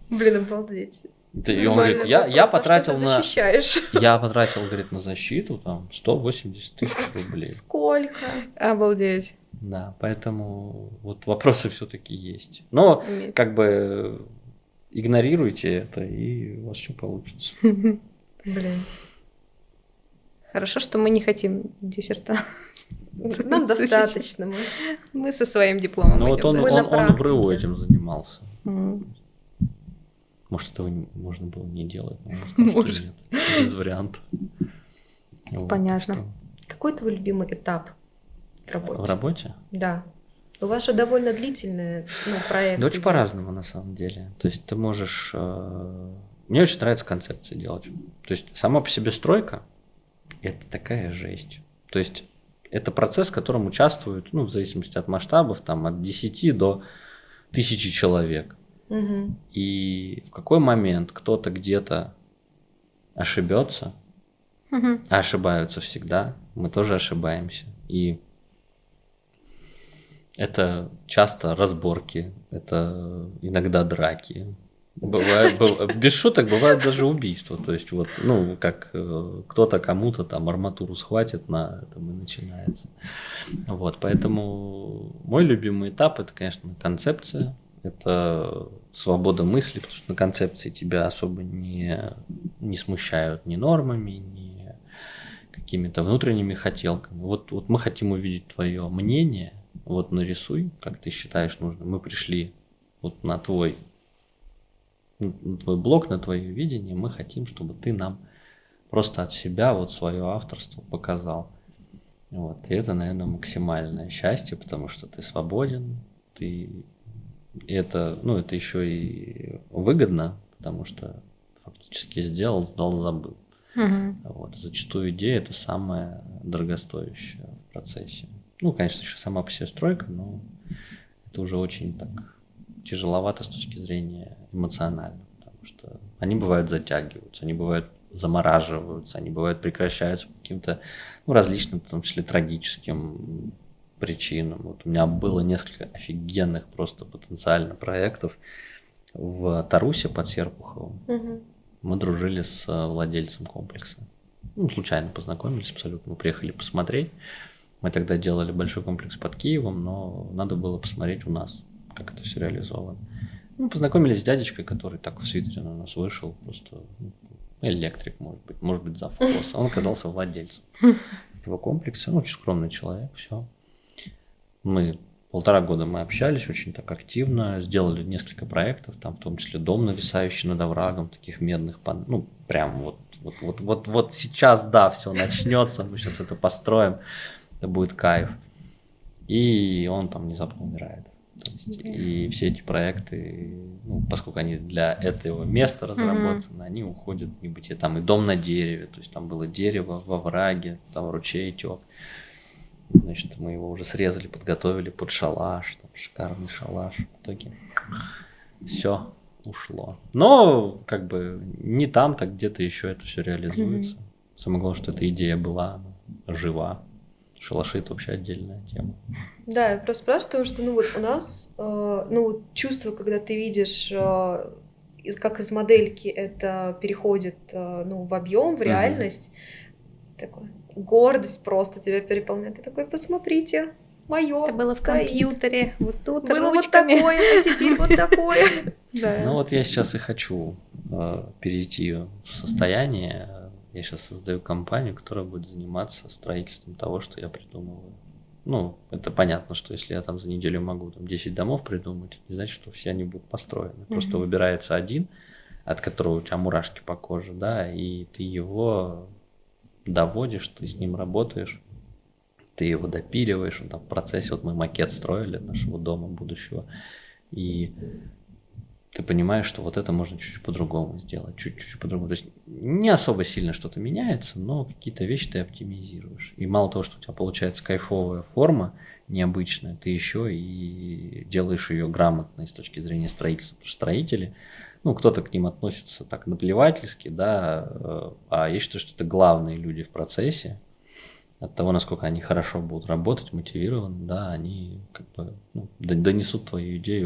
[SPEAKER 3] Блин, обалдеть.
[SPEAKER 2] И он говорит, я потратил на...
[SPEAKER 3] защищаешь?
[SPEAKER 2] Я потратил, говорит, на защиту там 180 тысяч рублей.
[SPEAKER 3] Сколько?
[SPEAKER 1] Обалдеть.
[SPEAKER 2] Да, поэтому вот вопросы все-таки есть. Но
[SPEAKER 1] Иметь.
[SPEAKER 2] как бы игнорируйте это, и у вас все получится.
[SPEAKER 3] Блин.
[SPEAKER 1] Хорошо, что мы не хотим диссертацию.
[SPEAKER 3] Нам достаточно.
[SPEAKER 1] Мы со своим дипломом
[SPEAKER 2] Ну вот
[SPEAKER 1] идем,
[SPEAKER 2] он
[SPEAKER 1] да.
[SPEAKER 3] Мы на
[SPEAKER 2] в
[SPEAKER 3] практике.
[SPEAKER 2] БРУ этим занимался.
[SPEAKER 1] М.
[SPEAKER 2] Может, этого можно было не делать, но он сказал, что
[SPEAKER 1] Может.
[SPEAKER 2] нет. Без вариантов. Вот,
[SPEAKER 1] Понятно.
[SPEAKER 2] так
[SPEAKER 3] Какой твой любимый этап в
[SPEAKER 2] что
[SPEAKER 3] работе?
[SPEAKER 2] в работе?
[SPEAKER 3] Да. У вас же довольно длительный проект.
[SPEAKER 2] Да очень
[SPEAKER 3] идет.
[SPEAKER 2] по-разному на самом деле. То есть ты можешь... Мне очень нравится концепцию делать. То есть сама по себе стройка – это такая жесть. То есть это процесс, в котором участвуют, ну, в зависимости от масштабов, там, от 10 до 1000 человек.
[SPEAKER 3] Мгм.
[SPEAKER 2] И в какой момент кто-то где-то ошибется,
[SPEAKER 1] Мгм.
[SPEAKER 2] а ошибаются всегда, мы тоже ошибаемся. И это часто разборки, это иногда драки. Бывает, без шуток, бывает даже убийства. То есть, вот, ну, как кто-то кому-то там арматуру схватит на этом и начинается. Вот, поэтому мой любимый этап это, конечно, концепция, это свобода мысли, потому что на концепции тебя особо не смущают ни нормами, ни какими-то внутренними хотелками. Вот мы хотим увидеть твое мнение, вот нарисуй, как ты считаешь нужно. Мы пришли вот на твой блог, на твое видение, мы хотим, чтобы ты нам просто от себя вот свое авторство показал. Вот. И это, наверное, максимальное счастье, потому что ты свободен, ты... И это, ну, это еще и выгодно, потому что фактически сделал, сдал, забыл.
[SPEAKER 1] Мгм.
[SPEAKER 2] Вот. Зачастую идея это самое дорогостоящее в процессе. Ну, конечно, еще сама по себе стройка, но это уже очень так тяжеловато с точки зрения эмоционально, потому что они бывают затягиваются, они бывают замораживаются, они бывают прекращаются по каким-то, ну, различным, в том числе трагическим причинам. Вот у меня было несколько офигенных просто потенциально проектов в Тарусе под Серпуховым.
[SPEAKER 3] Мгм.
[SPEAKER 2] Мы дружили с владельцем комплекса. Ну, случайно познакомились абсолютно. Мы приехали посмотреть. Мы тогда делали большой комплекс под Киевом, но надо было посмотреть у нас, как это все реализовано. Мы познакомились с дядечкой, который так в свитере на нас вышел, просто электрик, может быть, завхоз. Он оказался владельцем этого комплекса. Ну, очень скромный человек, все. Мы 1,5 года мы общались очень так активно, сделали несколько проектов, там в том числе дом, нависающий над оврагом, таких медных панелей. Ну, прям вот сейчас, да, все начнется, мы сейчас это построим, это будет кайф. И он там внезапно умирает. То есть, и все эти проекты, ну, поскольку они для этого места разработаны, они уходят в небытие. Там и дом на дереве, то есть там было дерево во враге, там ручей тек. Значит, мы его уже срезали, подготовили под шалаш, там шикарный шалаш. В итоге все ушло. Но как бы не там, так где-то еще это все реализуется. Самое главное, что эта идея была, она жива. Шалаши это вообще отдельная тема.
[SPEAKER 3] Да, я просто спрашиваю, что, ну вот у нас, ну вот чувство, когда ты видишь, как из модельки это переходит, ну, в объем, в реальность, такое, гордость просто тебя переполняет. Ты такой, посмотрите, мое.
[SPEAKER 1] Это было в компьютере, вот тут
[SPEAKER 3] Было вот
[SPEAKER 1] ручками.
[SPEAKER 3] такое, а теперь вот такое.
[SPEAKER 1] Да.
[SPEAKER 2] Ну вот я сейчас и хочу перейти в состояние. Я сейчас создаю компанию, которая будет заниматься строительством того, что я придумываю. Ну, это понятно, что если я там за неделю могу там 10 домов придумать, не значит, что все они будут построены. Просто выбирается один, от которого у тебя мурашки по коже, да, и ты его доводишь, ты с ним работаешь, ты его допиливаешь. Там в процессе, вот мы макет строили нашего дома будущего, и ты понимаешь, что вот это можно чуть-чуть по-другому сделать, чуть-чуть по-другому. То есть не особо сильно что-то меняется, но какие-то вещи ты оптимизируешь. И мало того, что у тебя получается кайфовая форма, необычная, ты еще и делаешь ее грамотной с точки зрения строительства. Потому что строители, ну, кто-то к ним относится так наплевательски, да, а я считаю, что это главные люди в процессе. От того, насколько они хорошо будут работать, мотивированы, да, они как бы, ну, донесут твою идею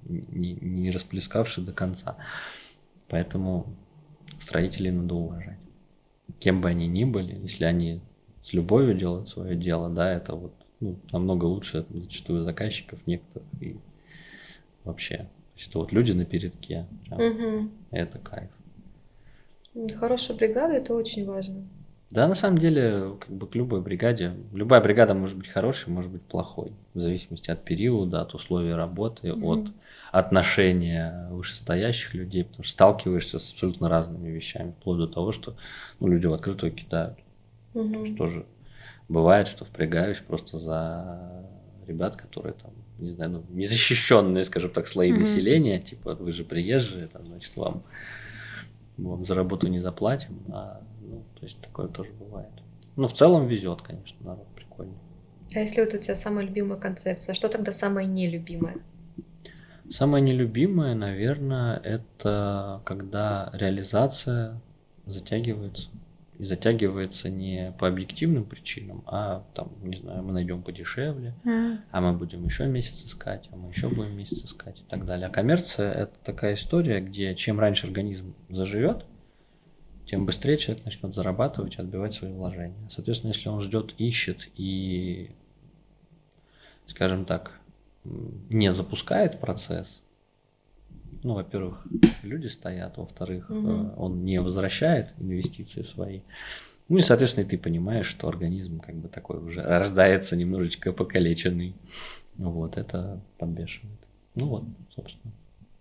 [SPEAKER 2] не расплескавший до конца. Поэтому строителей надо уважать. Кем бы они ни были, если они с любовью делают свое дело, да, это вот намного лучше зачастую заказчиков некоторых и вообще. То есть это вот люди на передке. Прям. Это кайф.
[SPEAKER 3] Хорошая бригада – это очень важно.
[SPEAKER 2] Да, на самом деле, как бы к любой бригаде. Любая бригада может быть хорошей, может быть плохой. В зависимости от периода, от условий работы, от отношения вышестоящих людей. Потому что сталкиваешься с абсолютно разными вещами. Вплоть до того, что люди в открытую кидают. То есть тоже бывает, что впрягаюсь просто за ребят, которые там, не знаю, незащищенные, скажем так, слои населения. Типа, вы же приезжие, там, значит, вам за работу не заплатим. То есть такое тоже бывает. В целом везет, конечно, народ прикольный.
[SPEAKER 3] А если вот у тебя самая любимая концепция, что тогда самое нелюбимое?
[SPEAKER 2] Самое нелюбимое, наверное, это когда реализация затягивается. И затягивается не по объективным причинам, а там, не знаю, мы найдем подешевле, а мы будем еще месяц искать, а мы еще будем месяц искать и так далее. А коммерция – это такая история, где чем раньше организм заживет, тем быстрее человек начнет зарабатывать и отбивать свои вложения. Соответственно, если он ждет, ищет и, скажем так, не запускает процесс, во-первых, люди стоят, во-вторых, он не возвращает инвестиции свои. И, соответственно, ты понимаешь, что организм как бы такой уже рождается немножечко покалеченный. Это подбешивает. Собственно.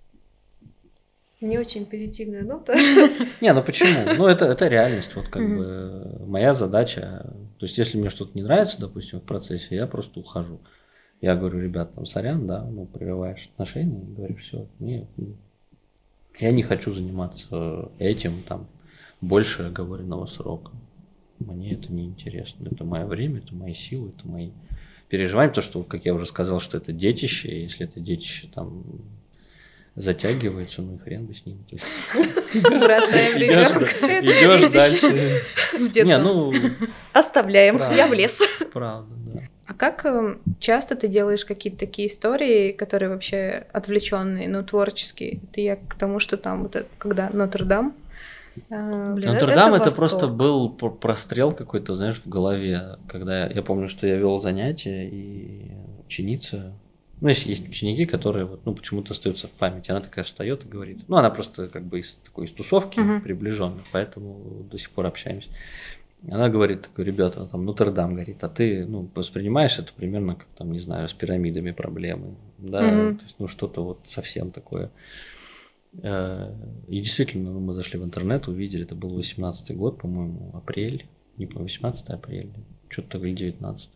[SPEAKER 3] Не очень позитивная нота.
[SPEAKER 2] Не, почему? Это реальность. Бы моя задача. То есть, если мне что-то не нравится, допустим, в процессе, я просто ухожу. Я говорю, ребят, сорян, да, прерываешь отношения, говорю, все, я не хочу заниматься этим больше оговоренного срока. Мне это не интересно. Это мое время, это мои силы, это мои переживания. Потому что, как я уже сказал, что это детище, и если это детище затягивается, и хрен бы с ним.
[SPEAKER 3] Бросаем ребенка.
[SPEAKER 2] Идешь дальше.
[SPEAKER 3] Оставляем, я в лес.
[SPEAKER 2] Правда, да.
[SPEAKER 1] А как часто ты делаешь какие-то такие истории, которые вообще отвлеченные, творческие? Это я к тому, что когда Нотр-Дам.
[SPEAKER 2] Нотр-Дам это просто был прострел какой-то, знаешь, в голове, когда я помню, что я вел занятия, и ученица. Есть ученики, которые почему-то остаются в памяти. Она такая встает и говорит. Она просто из тусовки приближенной, поэтому до сих пор общаемся. Она говорит, ребята, Нотр-Дам, говорит, а ты, воспринимаешь это примерно как не знаю, с пирамидами проблемы, да, то есть, что-то совсем такое. И действительно, мы зашли в интернет, увидели, это был 18-й год, по-моему, апрель, не помню, 18 апреля, что-то или 19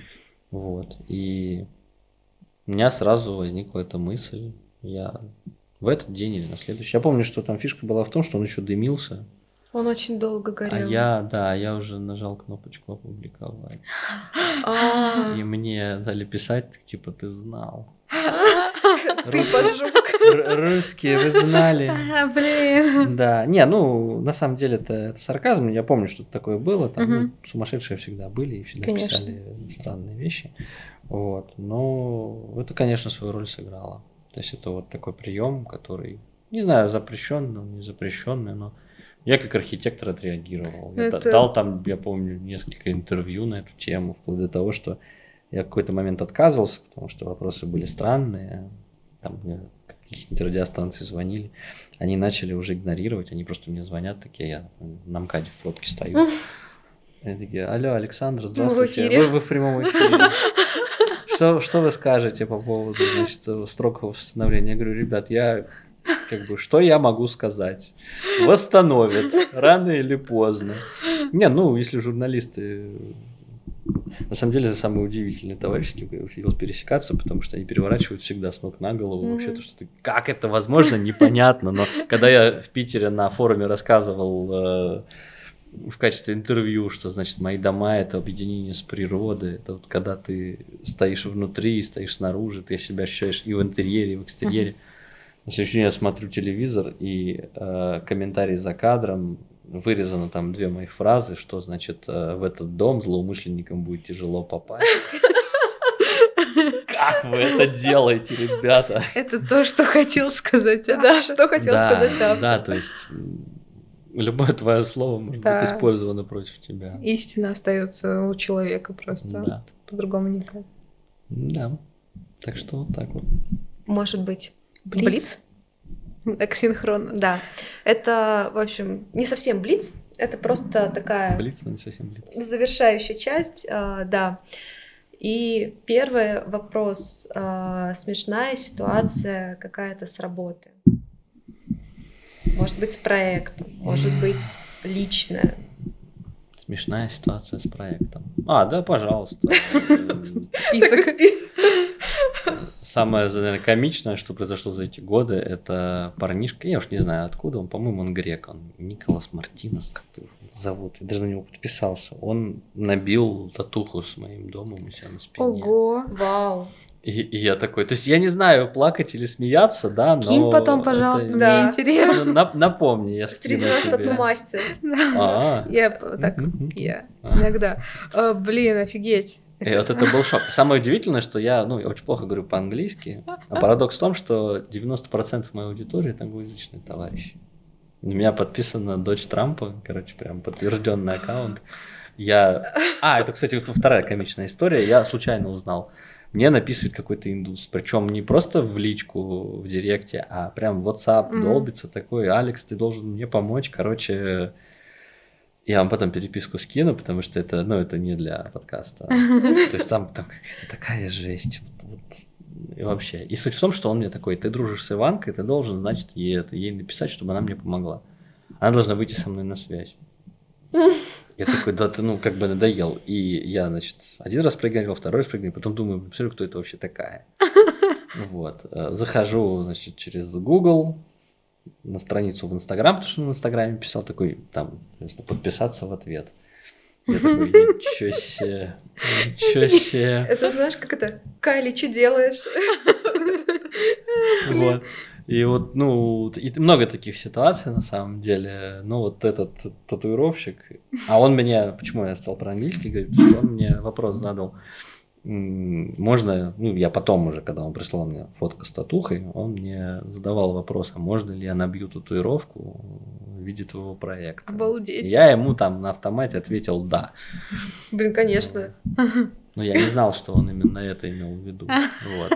[SPEAKER 2] и у меня сразу возникла эта мысль, я в этот день или на следующий, я помню, что там фишка была в том, что он еще дымился.
[SPEAKER 3] Он очень долго горел.
[SPEAKER 2] Я уже нажал кнопочку опубликовать. И мне дали писать, типа, ты знал.
[SPEAKER 3] Ты поджег.
[SPEAKER 2] Русские, вы знали.
[SPEAKER 1] Блин.
[SPEAKER 2] Да, на самом деле это сарказм. Я помню, что такое было. Там сумасшедшие всегда были и всегда писали странные вещи. Но это, конечно, свою роль сыграло. То есть это такой прием, который, не знаю, запрещенный, не запрещенный, но я как архитектор отреагировал. Я дал я помню, несколько интервью на эту тему, вплоть до того, что я в какой-то момент отказывался, потому что вопросы были странные. Мне каких-нибудь радиостанций звонили. Они начали уже игнорировать, они просто мне звонят, такие, я на МКАДе в пробке стою. Они такие, алло, Александр, здравствуйте, вы в прямом эфире. Что вы скажете по поводу, строгого восстановления? Я говорю, ребят, что я могу сказать? Восстановят, рано или поздно. Если журналисты... На самом деле, это самые удивительные товарищи, с кем я успел пересекаться, потому что они переворачивают всегда с ног на голову. Вообще-то, как это возможно, непонятно. Но когда я в Питере на форуме рассказывал в качестве интервью, что, мои дома – это объединение с природой, это когда ты стоишь внутри, стоишь снаружи, ты себя ощущаешь и в интерьере, и в экстерьере. На следующий день я смотрю телевизор, и комментарий за кадром, вырезано там 2 моих фразы, что, в этот дом злоумышленникам будет тяжело попасть. Как вы это делаете, ребята?
[SPEAKER 1] Это то, что хотел сказать
[SPEAKER 3] Да,
[SPEAKER 1] автор.
[SPEAKER 3] что хотел сказать автор.
[SPEAKER 2] Да, то есть любое твое слово может
[SPEAKER 1] Да.
[SPEAKER 2] быть использовано против тебя.
[SPEAKER 1] Истина остается у человека просто.
[SPEAKER 2] Да.
[SPEAKER 1] По-другому никак.
[SPEAKER 2] Да. Так что вот так вот.
[SPEAKER 3] Может быть.
[SPEAKER 1] Блиц? Так синхронно.
[SPEAKER 3] Да. Это, в общем, не совсем блиц, это просто такая
[SPEAKER 2] Блиц, но не совсем блиц.
[SPEAKER 3] завершающая часть, да. И первый вопрос. Смешная ситуация какая-то с работы. Может быть, с проектом, может быть, личная.
[SPEAKER 2] Смешная ситуация с проектом. Да, пожалуйста.
[SPEAKER 1] Список.
[SPEAKER 2] Самое, наверное, комичное, что произошло за эти годы, это парнишка, я уж не знаю откуда, он, по-моему, он грек, он Николас Мартинес, как-то его зовут, я даже на него подписался. Он набил татуху с моим домом у себя на спине.
[SPEAKER 1] Ого.
[SPEAKER 3] Вау.
[SPEAKER 2] И я такой, то есть я не знаю, плакать или смеяться, да, но...
[SPEAKER 1] Кинь потом, пожалуйста,
[SPEAKER 2] это-
[SPEAKER 1] мне
[SPEAKER 3] Да.
[SPEAKER 1] интересно.
[SPEAKER 2] Напомни, я
[SPEAKER 3] Среди
[SPEAKER 2] скину
[SPEAKER 3] нас
[SPEAKER 2] тебе.
[SPEAKER 3] тату-мастер.
[SPEAKER 1] Я так, я иногда. Блин, офигеть.
[SPEAKER 2] И вот это был шок. Самое удивительное, что я очень плохо говорю по-английски. А парадокс в том, что 90% моей аудитории это англоязычные товарищи. На меня подписана дочь Трампа, короче, прям подтвержденный аккаунт. Это, кстати, вот вторая комичная история. Я случайно узнал. Мне написывает какой-то индус. Причем не просто в личку в директе, а прям в WhatsApp долбится такой: Алекс, ты должен мне помочь. Короче, я вам потом переписку скину, потому что это не для подкаста. То есть там какая-то такая жесть. И вообще. И суть в том, что он мне такой: ты дружишь с Иванкой, ты должен, значит, ей написать, чтобы она мне помогла. Она должна выйти со мной на связь. Я такой: да ты, надоел. И я, значит, один раз проигнорировал, второй раз проигнорировал, потом думаю: посмотрю, кто это вообще такая. Вот. Захожу, значит, через Google на страницу в Инстаграм, потому что он в Инстаграме писал, такой, там, соответственно, подписаться в ответ. Я такой: ничего себе, ничего себе.
[SPEAKER 3] Это знаешь, как это? Кайли, что делаешь?
[SPEAKER 2] Вот. И вот, и много таких ситуаций на самом деле. Но вот этот татуировщик, почему я стал про-английски говорить, потому что он мне вопрос задал. Можно, я потом уже, когда он прислал мне фотку с татухой, он мне задавал вопрос: а можно ли я набью татуировку в виде твоего проекта?
[SPEAKER 1] Обалдеть.
[SPEAKER 2] И я ему там на автомате ответил да.
[SPEAKER 3] Блин, конечно.
[SPEAKER 2] Но я не знал, что он именно это имел в виду. Вот,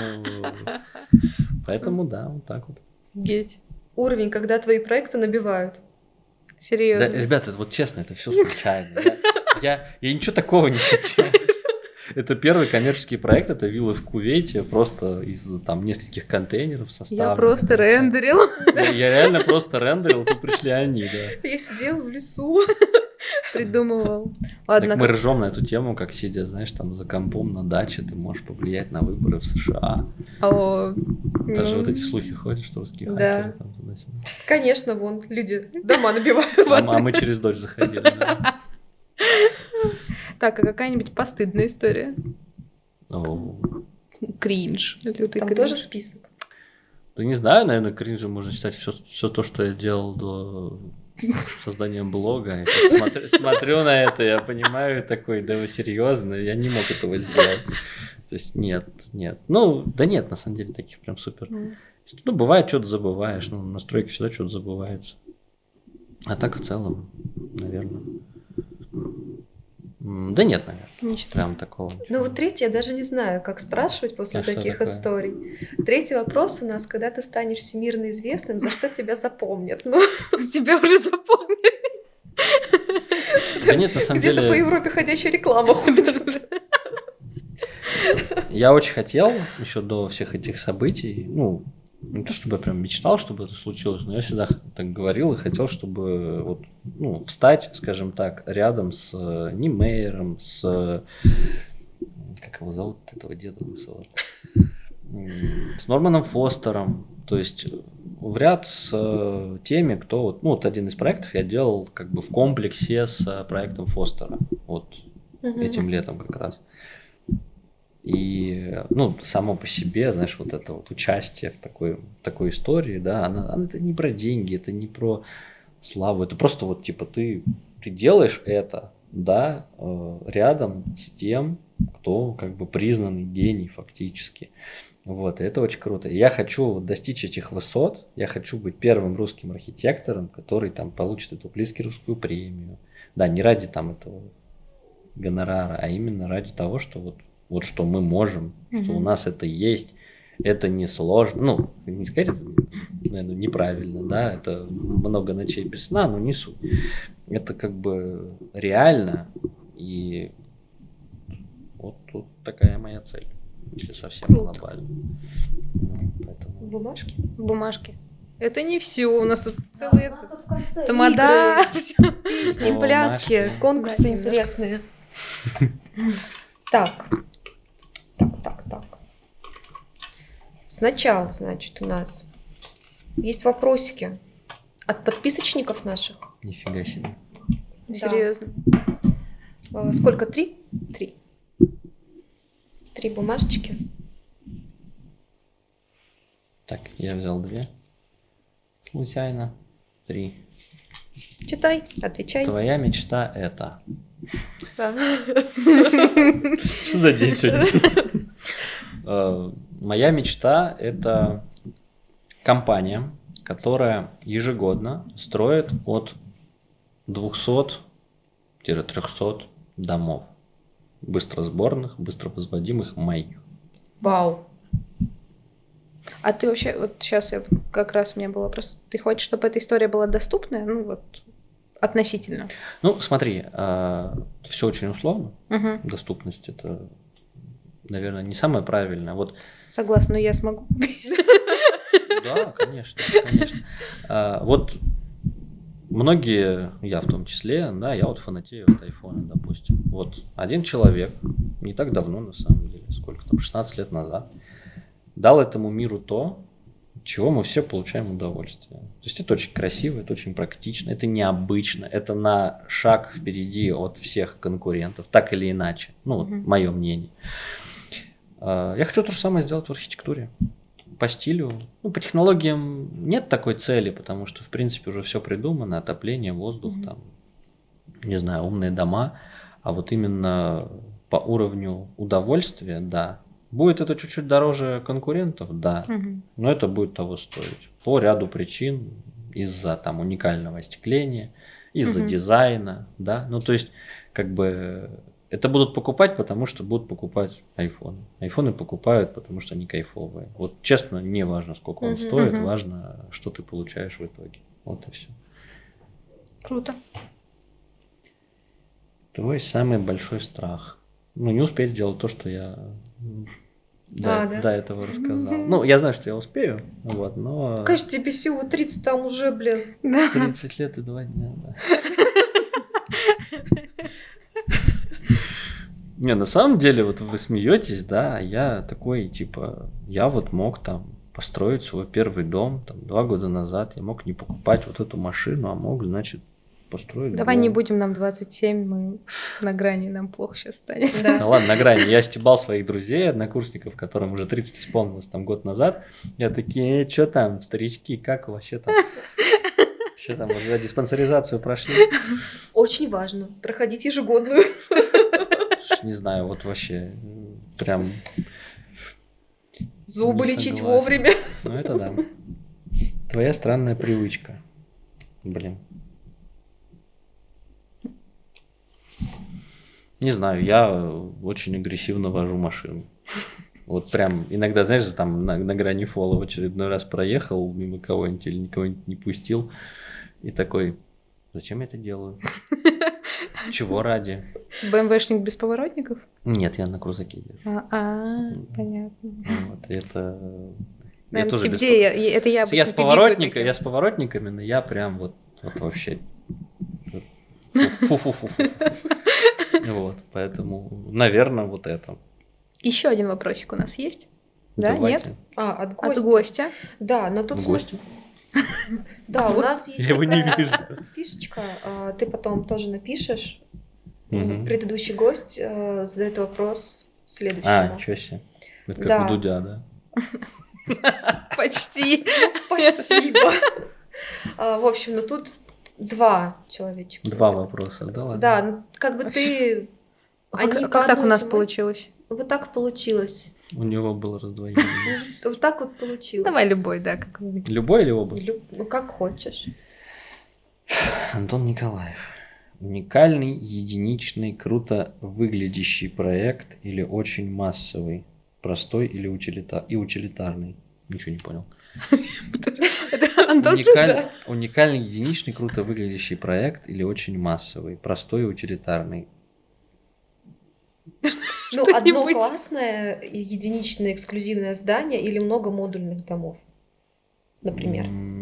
[SPEAKER 2] поэтому да, вот так вот.
[SPEAKER 1] Офигеть.
[SPEAKER 3] Уровень, когда твои проекты набивают.
[SPEAKER 2] Да,
[SPEAKER 1] Серьезно.
[SPEAKER 2] ребята, вот честно, это все случайно. Я ничего такого не хотел. Это первый коммерческий проект, это виллы в Кувейте, просто из там нескольких контейнеров составлен.
[SPEAKER 1] Я просто рендерил.
[SPEAKER 2] Я реально просто рендерил, тут пришли они, да.
[SPEAKER 3] Я сидела в лесу.
[SPEAKER 1] Придумывал.
[SPEAKER 2] Так
[SPEAKER 1] Ладно,
[SPEAKER 2] мы ржем на эту тему, как сидя, знаешь, там за компом на даче, ты можешь повлиять на выборы в США. Даже вот эти слухи ходят, что русские
[SPEAKER 3] Да.
[SPEAKER 2] хакеры там туда-сюда.
[SPEAKER 3] Конечно, вон, люди дома набивают.
[SPEAKER 2] А мы через дочь заходили, да.
[SPEAKER 1] Так, а какая-нибудь постыдная история?
[SPEAKER 2] О.
[SPEAKER 1] Кринж. Лютый
[SPEAKER 3] Там
[SPEAKER 1] кринж.
[SPEAKER 3] тоже список.
[SPEAKER 2] Да не знаю, наверное, кринжем можно считать все то, что я делал до создания блога. Я сейчас смотрю на это, я понимаю, такой: да вы серьезно, я не мог этого сделать. То есть нет. Нет, на самом деле таких прям супер. Бывает, что-то забываешь, на стройке всегда что-то забывается. А так в целом, наверное. Да нет, наверное.
[SPEAKER 1] Ничего.
[SPEAKER 2] Прям такого.
[SPEAKER 3] Ну вот третий, я даже не знаю, как спрашивать после
[SPEAKER 2] А что
[SPEAKER 3] таких
[SPEAKER 2] такое?
[SPEAKER 3] историй. Третий вопрос у нас: когда ты станешь всемирно известным, за что тебя запомнят? Ну,
[SPEAKER 1] Тебя уже запомнили.
[SPEAKER 2] Да нет, на самом
[SPEAKER 3] где-то по
[SPEAKER 2] деле,
[SPEAKER 3] Европе ходящая реклама ходит.
[SPEAKER 2] я очень хотел еще до всех этих событий, не то чтобы я прям мечтал, чтобы это случилось, но я всегда так говорил и хотел, чтобы встать, скажем так, рядом с Немейером, с... Как его зовут, этого деда лысого? С Норманом Фостером, то есть в ряд с теми, кто... один из проектов я делал как бы в комплексе с проектом Фостера, этим летом как раз. И, само по себе, знаешь, вот это вот участие в такой истории, да, она это не про деньги, это не про славу, это просто ты делаешь это, да, рядом с тем, кто как бы признанный гений фактически. Вот, и это очень круто. И я хочу вот достичь этих высот, я хочу быть первым русским архитектором, который там получит эту Прицкеровскую премию. Да, не ради там этого гонорара, а именно ради того, что вот что мы можем, что у нас это есть, это не сложно. Ну, не сказать, это, наверное, неправильно, да, это много ночей без сна, но не суть. Это как бы реально, и вот такая моя цель, если совсем
[SPEAKER 1] Круто.
[SPEAKER 2] глобально. Поэтому...
[SPEAKER 3] Бумажки?
[SPEAKER 1] Бумажки. Это не все. У нас тут целый тамада.
[SPEAKER 3] Песни,
[SPEAKER 2] О,
[SPEAKER 3] пляски,
[SPEAKER 2] Машка.
[SPEAKER 3] конкурсы
[SPEAKER 1] Да, немножко.
[SPEAKER 3] интересные. Так. Сначала, значит, у нас есть вопросики от подписочников наших.
[SPEAKER 2] Нифига себе.
[SPEAKER 3] Да.
[SPEAKER 1] Серьезно.
[SPEAKER 3] Сколько? 3?
[SPEAKER 1] 3.
[SPEAKER 3] 3 бумажечки.
[SPEAKER 2] Так, я взял 2. Случайно. 3.
[SPEAKER 3] Читай, отвечай.
[SPEAKER 2] Твоя мечта это.
[SPEAKER 1] Да.
[SPEAKER 2] Что за день сегодня? Моя мечта – это компания, которая ежегодно строит от 200-300 домов. Быстросборных, быстро возводимых моих.
[SPEAKER 3] Вау.
[SPEAKER 1] А ты вообще, вот сейчас как раз у меня был вопрос, ты хочешь, чтобы эта история была доступная? Ну вот, относительно.
[SPEAKER 2] Ну, смотри, все очень условно.
[SPEAKER 1] Угу.
[SPEAKER 2] Доступность – это, наверное, не самое правильное. Вот.
[SPEAKER 1] Согласна, но я смогу.
[SPEAKER 2] Да, конечно. Вот многие, я в том числе, да, я вот фанатею от айфона, допустим. Вот один человек, не так давно на самом деле, сколько там, 16 лет назад, дал этому миру то, от чего мы все получаем удовольствие. То есть это очень красиво, это очень практично, это необычно, это на шаг впереди от всех конкурентов, так или иначе. Ну, вот мое мнение. Я хочу то же самое сделать в архитектуре. По стилю, ну, по технологиям нет такой цели, потому что, в принципе, уже все придумано, отопление, воздух, там, не знаю, умные дома, а вот именно по уровню удовольствия, да. Будет это чуть-чуть дороже конкурентов, да, но это будет того стоить по ряду причин, из-за там уникального остекления, из-за дизайна, да, ну, то есть, как бы... Это будут покупать, потому что будут покупать айфоны. Айфоны покупают, потому что они кайфовые. Вот честно, не важно, сколько он стоит, важно, что ты получаешь в итоге. Вот и все.
[SPEAKER 1] Круто.
[SPEAKER 2] Твой самый большой страх. Ну, не успеть сделать то, что я
[SPEAKER 3] Да.
[SPEAKER 2] до этого рассказал. Ну, я знаю, что я успею, вот, но
[SPEAKER 3] Конечно, тебе всего 30, там уже, блин.
[SPEAKER 2] 30 лет и 2 дня, да. Не, на самом деле, вот вы смеетесь, да, я такой, типа, я вот мог там построить свой первый дом, там, 2 года назад, я мог не покупать вот эту машину, а мог, значит, построить
[SPEAKER 1] Давай
[SPEAKER 2] дом.
[SPEAKER 1] не будем, нам 27, мы на грани, нам плохо сейчас станет.
[SPEAKER 3] Да.
[SPEAKER 2] Ну ладно, на грани. Я стебал своих друзей, однокурсников, которым уже 30 исполнилось там год назад. Я такие, что там, старички, как вообще там? Вообще там уже диспансеризацию прошли?
[SPEAKER 3] Очень важно проходить ежегодную.
[SPEAKER 2] Не знаю, вот вообще прям...
[SPEAKER 3] Зубы
[SPEAKER 2] Не
[SPEAKER 3] лечить
[SPEAKER 2] согласен.
[SPEAKER 3] вовремя.
[SPEAKER 2] Ну это да. Твоя странная привычка. Блин. Не знаю, я очень агрессивно вожу машину. Вот прям иногда, знаешь, там на грани фола в очередной раз проехал мимо кого-нибудь или никого-нибудь не пустил. И такой, зачем я это делаю? Чего ради?
[SPEAKER 1] БМВшник без поворотников?
[SPEAKER 2] Нет, я на крузаке езжу.
[SPEAKER 1] Понятно.
[SPEAKER 2] Вот, и это... я
[SPEAKER 1] Наверное,
[SPEAKER 2] тоже без
[SPEAKER 1] тебе, это я обычно
[SPEAKER 2] я с
[SPEAKER 1] пибикаю
[SPEAKER 2] поворотника,
[SPEAKER 1] таким.
[SPEAKER 2] я с поворотниками, но я прям вот вообще фу-фу-фу-фу. Вот, поэтому, наверное, вот это.
[SPEAKER 1] Еще один вопросик у нас есть? Да,
[SPEAKER 2] Давайте.
[SPEAKER 1] нет?
[SPEAKER 3] От
[SPEAKER 1] От
[SPEAKER 3] гостя.
[SPEAKER 1] гостя.
[SPEAKER 3] Да, но тут
[SPEAKER 2] Гости?
[SPEAKER 3] Да, у нас есть
[SPEAKER 2] Я его не
[SPEAKER 3] такая
[SPEAKER 2] вижу.
[SPEAKER 3] фишечка, ты потом тоже напишешь.
[SPEAKER 2] Мгм.
[SPEAKER 3] Предыдущий гость задает вопрос следующему.
[SPEAKER 2] Ничего себе. Это как
[SPEAKER 3] Да.
[SPEAKER 2] у Дудя, да?
[SPEAKER 1] Почти.
[SPEAKER 3] Спасибо. В общем, ну тут 2 человечка.
[SPEAKER 2] 2 вопроса, да ладно?
[SPEAKER 3] Да, ну, как бы ты...
[SPEAKER 1] Как
[SPEAKER 3] они
[SPEAKER 1] так у
[SPEAKER 3] по
[SPEAKER 1] нас
[SPEAKER 3] одной
[SPEAKER 1] получилось?
[SPEAKER 3] Вот так получилось.
[SPEAKER 2] У него было раздвоение.
[SPEAKER 3] Вот так вот получилось.
[SPEAKER 1] Давай любой, да, какой-нибудь.
[SPEAKER 2] Любой или оба?
[SPEAKER 3] Ну, как хочешь.
[SPEAKER 2] Антон Николаев. Уникальный, единичный, круто выглядящий проект или очень массовый? Простой или утилитарный? Ничего не понял.
[SPEAKER 1] Антон
[SPEAKER 2] Уникальный, единичный, круто выглядящий проект или очень массовый? Простой и утилитарный?
[SPEAKER 3] Ну, одно
[SPEAKER 1] Что-нибудь.
[SPEAKER 3] классное, единичное, эксклюзивное здание или много модульных домов, например.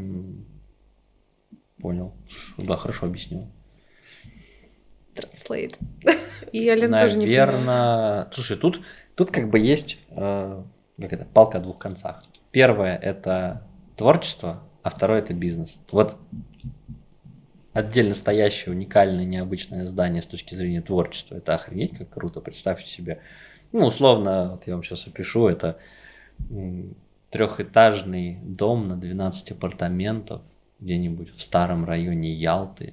[SPEAKER 2] Понял. Да, хорошо объяснил.
[SPEAKER 1] Translate. И я, Лен, тоже не понимаю.
[SPEAKER 2] Наверное. Слушай, тут как бы есть палка о двух концах. Первое это творчество, а второе это бизнес. Вот отдельно стоящее, уникальное, необычное здание с точки зрения творчества, это охренеть как круто. Представьте себе. Ну, условно, вот я вам сейчас опишу, это трехэтажный дом на 12 апартаментов где-нибудь в старом районе Ялты,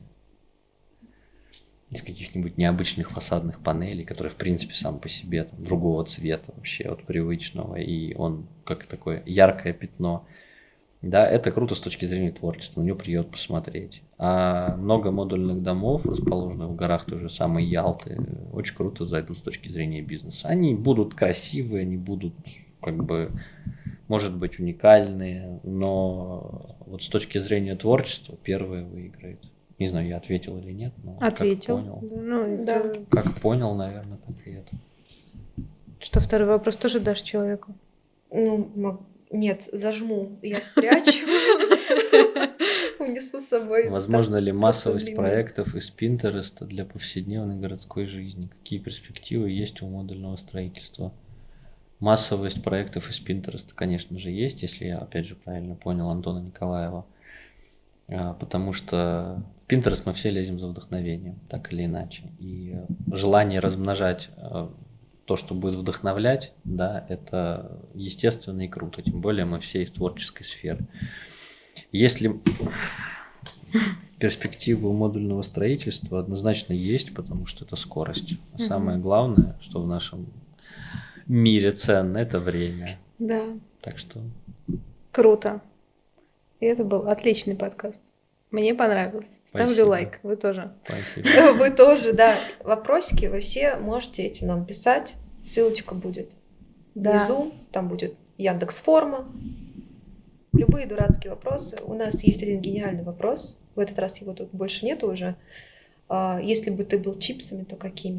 [SPEAKER 2] из каких-нибудь необычных фасадных панелей, которые, в принципе, сам по себе там, другого цвета вообще от привычного, и он как такое яркое пятно. Да, это круто с точки зрения творчества, на него приятно посмотреть. А много модульных домов, расположенных в горах той же самой Ялты, очень круто зайдут с точки зрения бизнеса. Они будут красивые, они будут, как бы, может быть, уникальные, но вот с точки зрения творчества первое выиграет. Не знаю, я ответил или нет, но
[SPEAKER 1] Ответил.
[SPEAKER 2] как понял.
[SPEAKER 1] Ну,
[SPEAKER 3] Да.
[SPEAKER 1] это-
[SPEAKER 2] Как понял, наверное, так и это.
[SPEAKER 1] Что, второй вопрос тоже дашь человеку?
[SPEAKER 3] Ну, нет, зажму, я спрячу, унесу с собой.
[SPEAKER 2] Возможно ли
[SPEAKER 3] Так,
[SPEAKER 2] массовость
[SPEAKER 3] длинный.
[SPEAKER 2] проектов из Пинтереста для повседневной городской жизни? Какие перспективы есть у модульного строительства? Массовость проектов из Пинтереста, конечно же, есть, если я, опять же, правильно понял Антона Николаева. Потому что в Pinterest мы все лезем за вдохновением, так или иначе. И желание размножать то, что будет вдохновлять, да, это естественно и круто. Тем более мы все из творческой сферы. Если перспективы у модульного строительства однозначно есть, потому что это скорость. А самое главное, что в нашем мире ценно, это время.
[SPEAKER 1] Да.
[SPEAKER 2] Так что
[SPEAKER 1] Круто. И это был отличный подкаст. Мне понравилось. Ставлю
[SPEAKER 2] Спасибо.
[SPEAKER 1] лайк. Вы тоже.
[SPEAKER 2] спасибо.
[SPEAKER 3] Вы тоже, да. Вопросики вы все можете эти нам писать. Ссылочка будет
[SPEAKER 1] Да.
[SPEAKER 3] внизу. Там будет Яндекс.Форма. Любые дурацкие вопросы. У нас есть один гениальный вопрос. В этот раз его тут больше нету уже. Если бы ты был чипсами, то какими?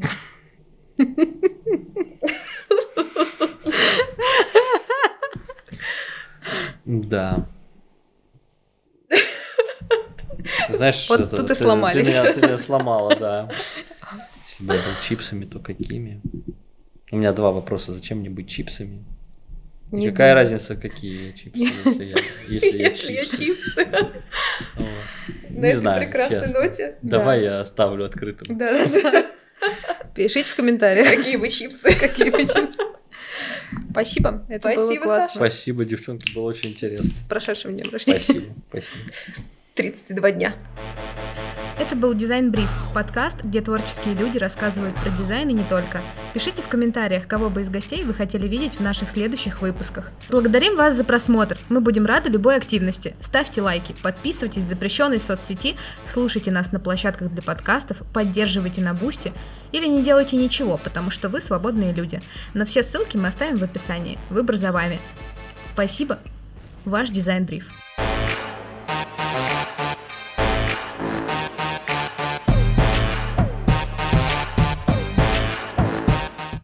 [SPEAKER 2] Да. Ты знаешь,
[SPEAKER 1] Вот
[SPEAKER 2] это-
[SPEAKER 1] тут и
[SPEAKER 2] ты
[SPEAKER 1] сломались.
[SPEAKER 2] ты меня сломала, да. Если бы я был чипсами, то какими? У меня два вопроса. Зачем мне быть чипсами? И
[SPEAKER 1] Не
[SPEAKER 2] какая
[SPEAKER 1] думаю.
[SPEAKER 2] разница, какие чипсы, если я чипсы?
[SPEAKER 3] чипсы.
[SPEAKER 2] Вот.
[SPEAKER 3] На
[SPEAKER 2] Не
[SPEAKER 3] этой
[SPEAKER 2] знаю,
[SPEAKER 3] прекрасной
[SPEAKER 2] честно.
[SPEAKER 3] ноте.
[SPEAKER 2] Давай я оставлю открытым.
[SPEAKER 1] Да. Пишите в комментариях,
[SPEAKER 3] Какие вы чипсы?
[SPEAKER 1] какие вы чипсы. Спасибо. Это было
[SPEAKER 3] Спасибо,
[SPEAKER 1] классно.
[SPEAKER 3] Саша.
[SPEAKER 2] Спасибо, девчонки, было очень интересно.
[SPEAKER 1] С прошедшим днем рождения.
[SPEAKER 2] Спасибо, спасибо.
[SPEAKER 3] 32 дня.
[SPEAKER 4] Это был Дизайн Бриф, подкаст, где творческие люди рассказывают про дизайн и не только. Пишите в комментариях, кого бы из гостей вы хотели видеть в наших следующих выпусках. Благодарим вас за просмотр. Мы будем рады любой активности. Ставьте лайки, подписывайтесь в запрещенной соцсети, слушайте нас на площадках для подкастов, поддерживайте на Бусти или не делайте ничего, потому что вы свободные люди. Но все ссылки мы оставим в описании. Выбор за вами. Спасибо. Ваш Дизайн Бриф.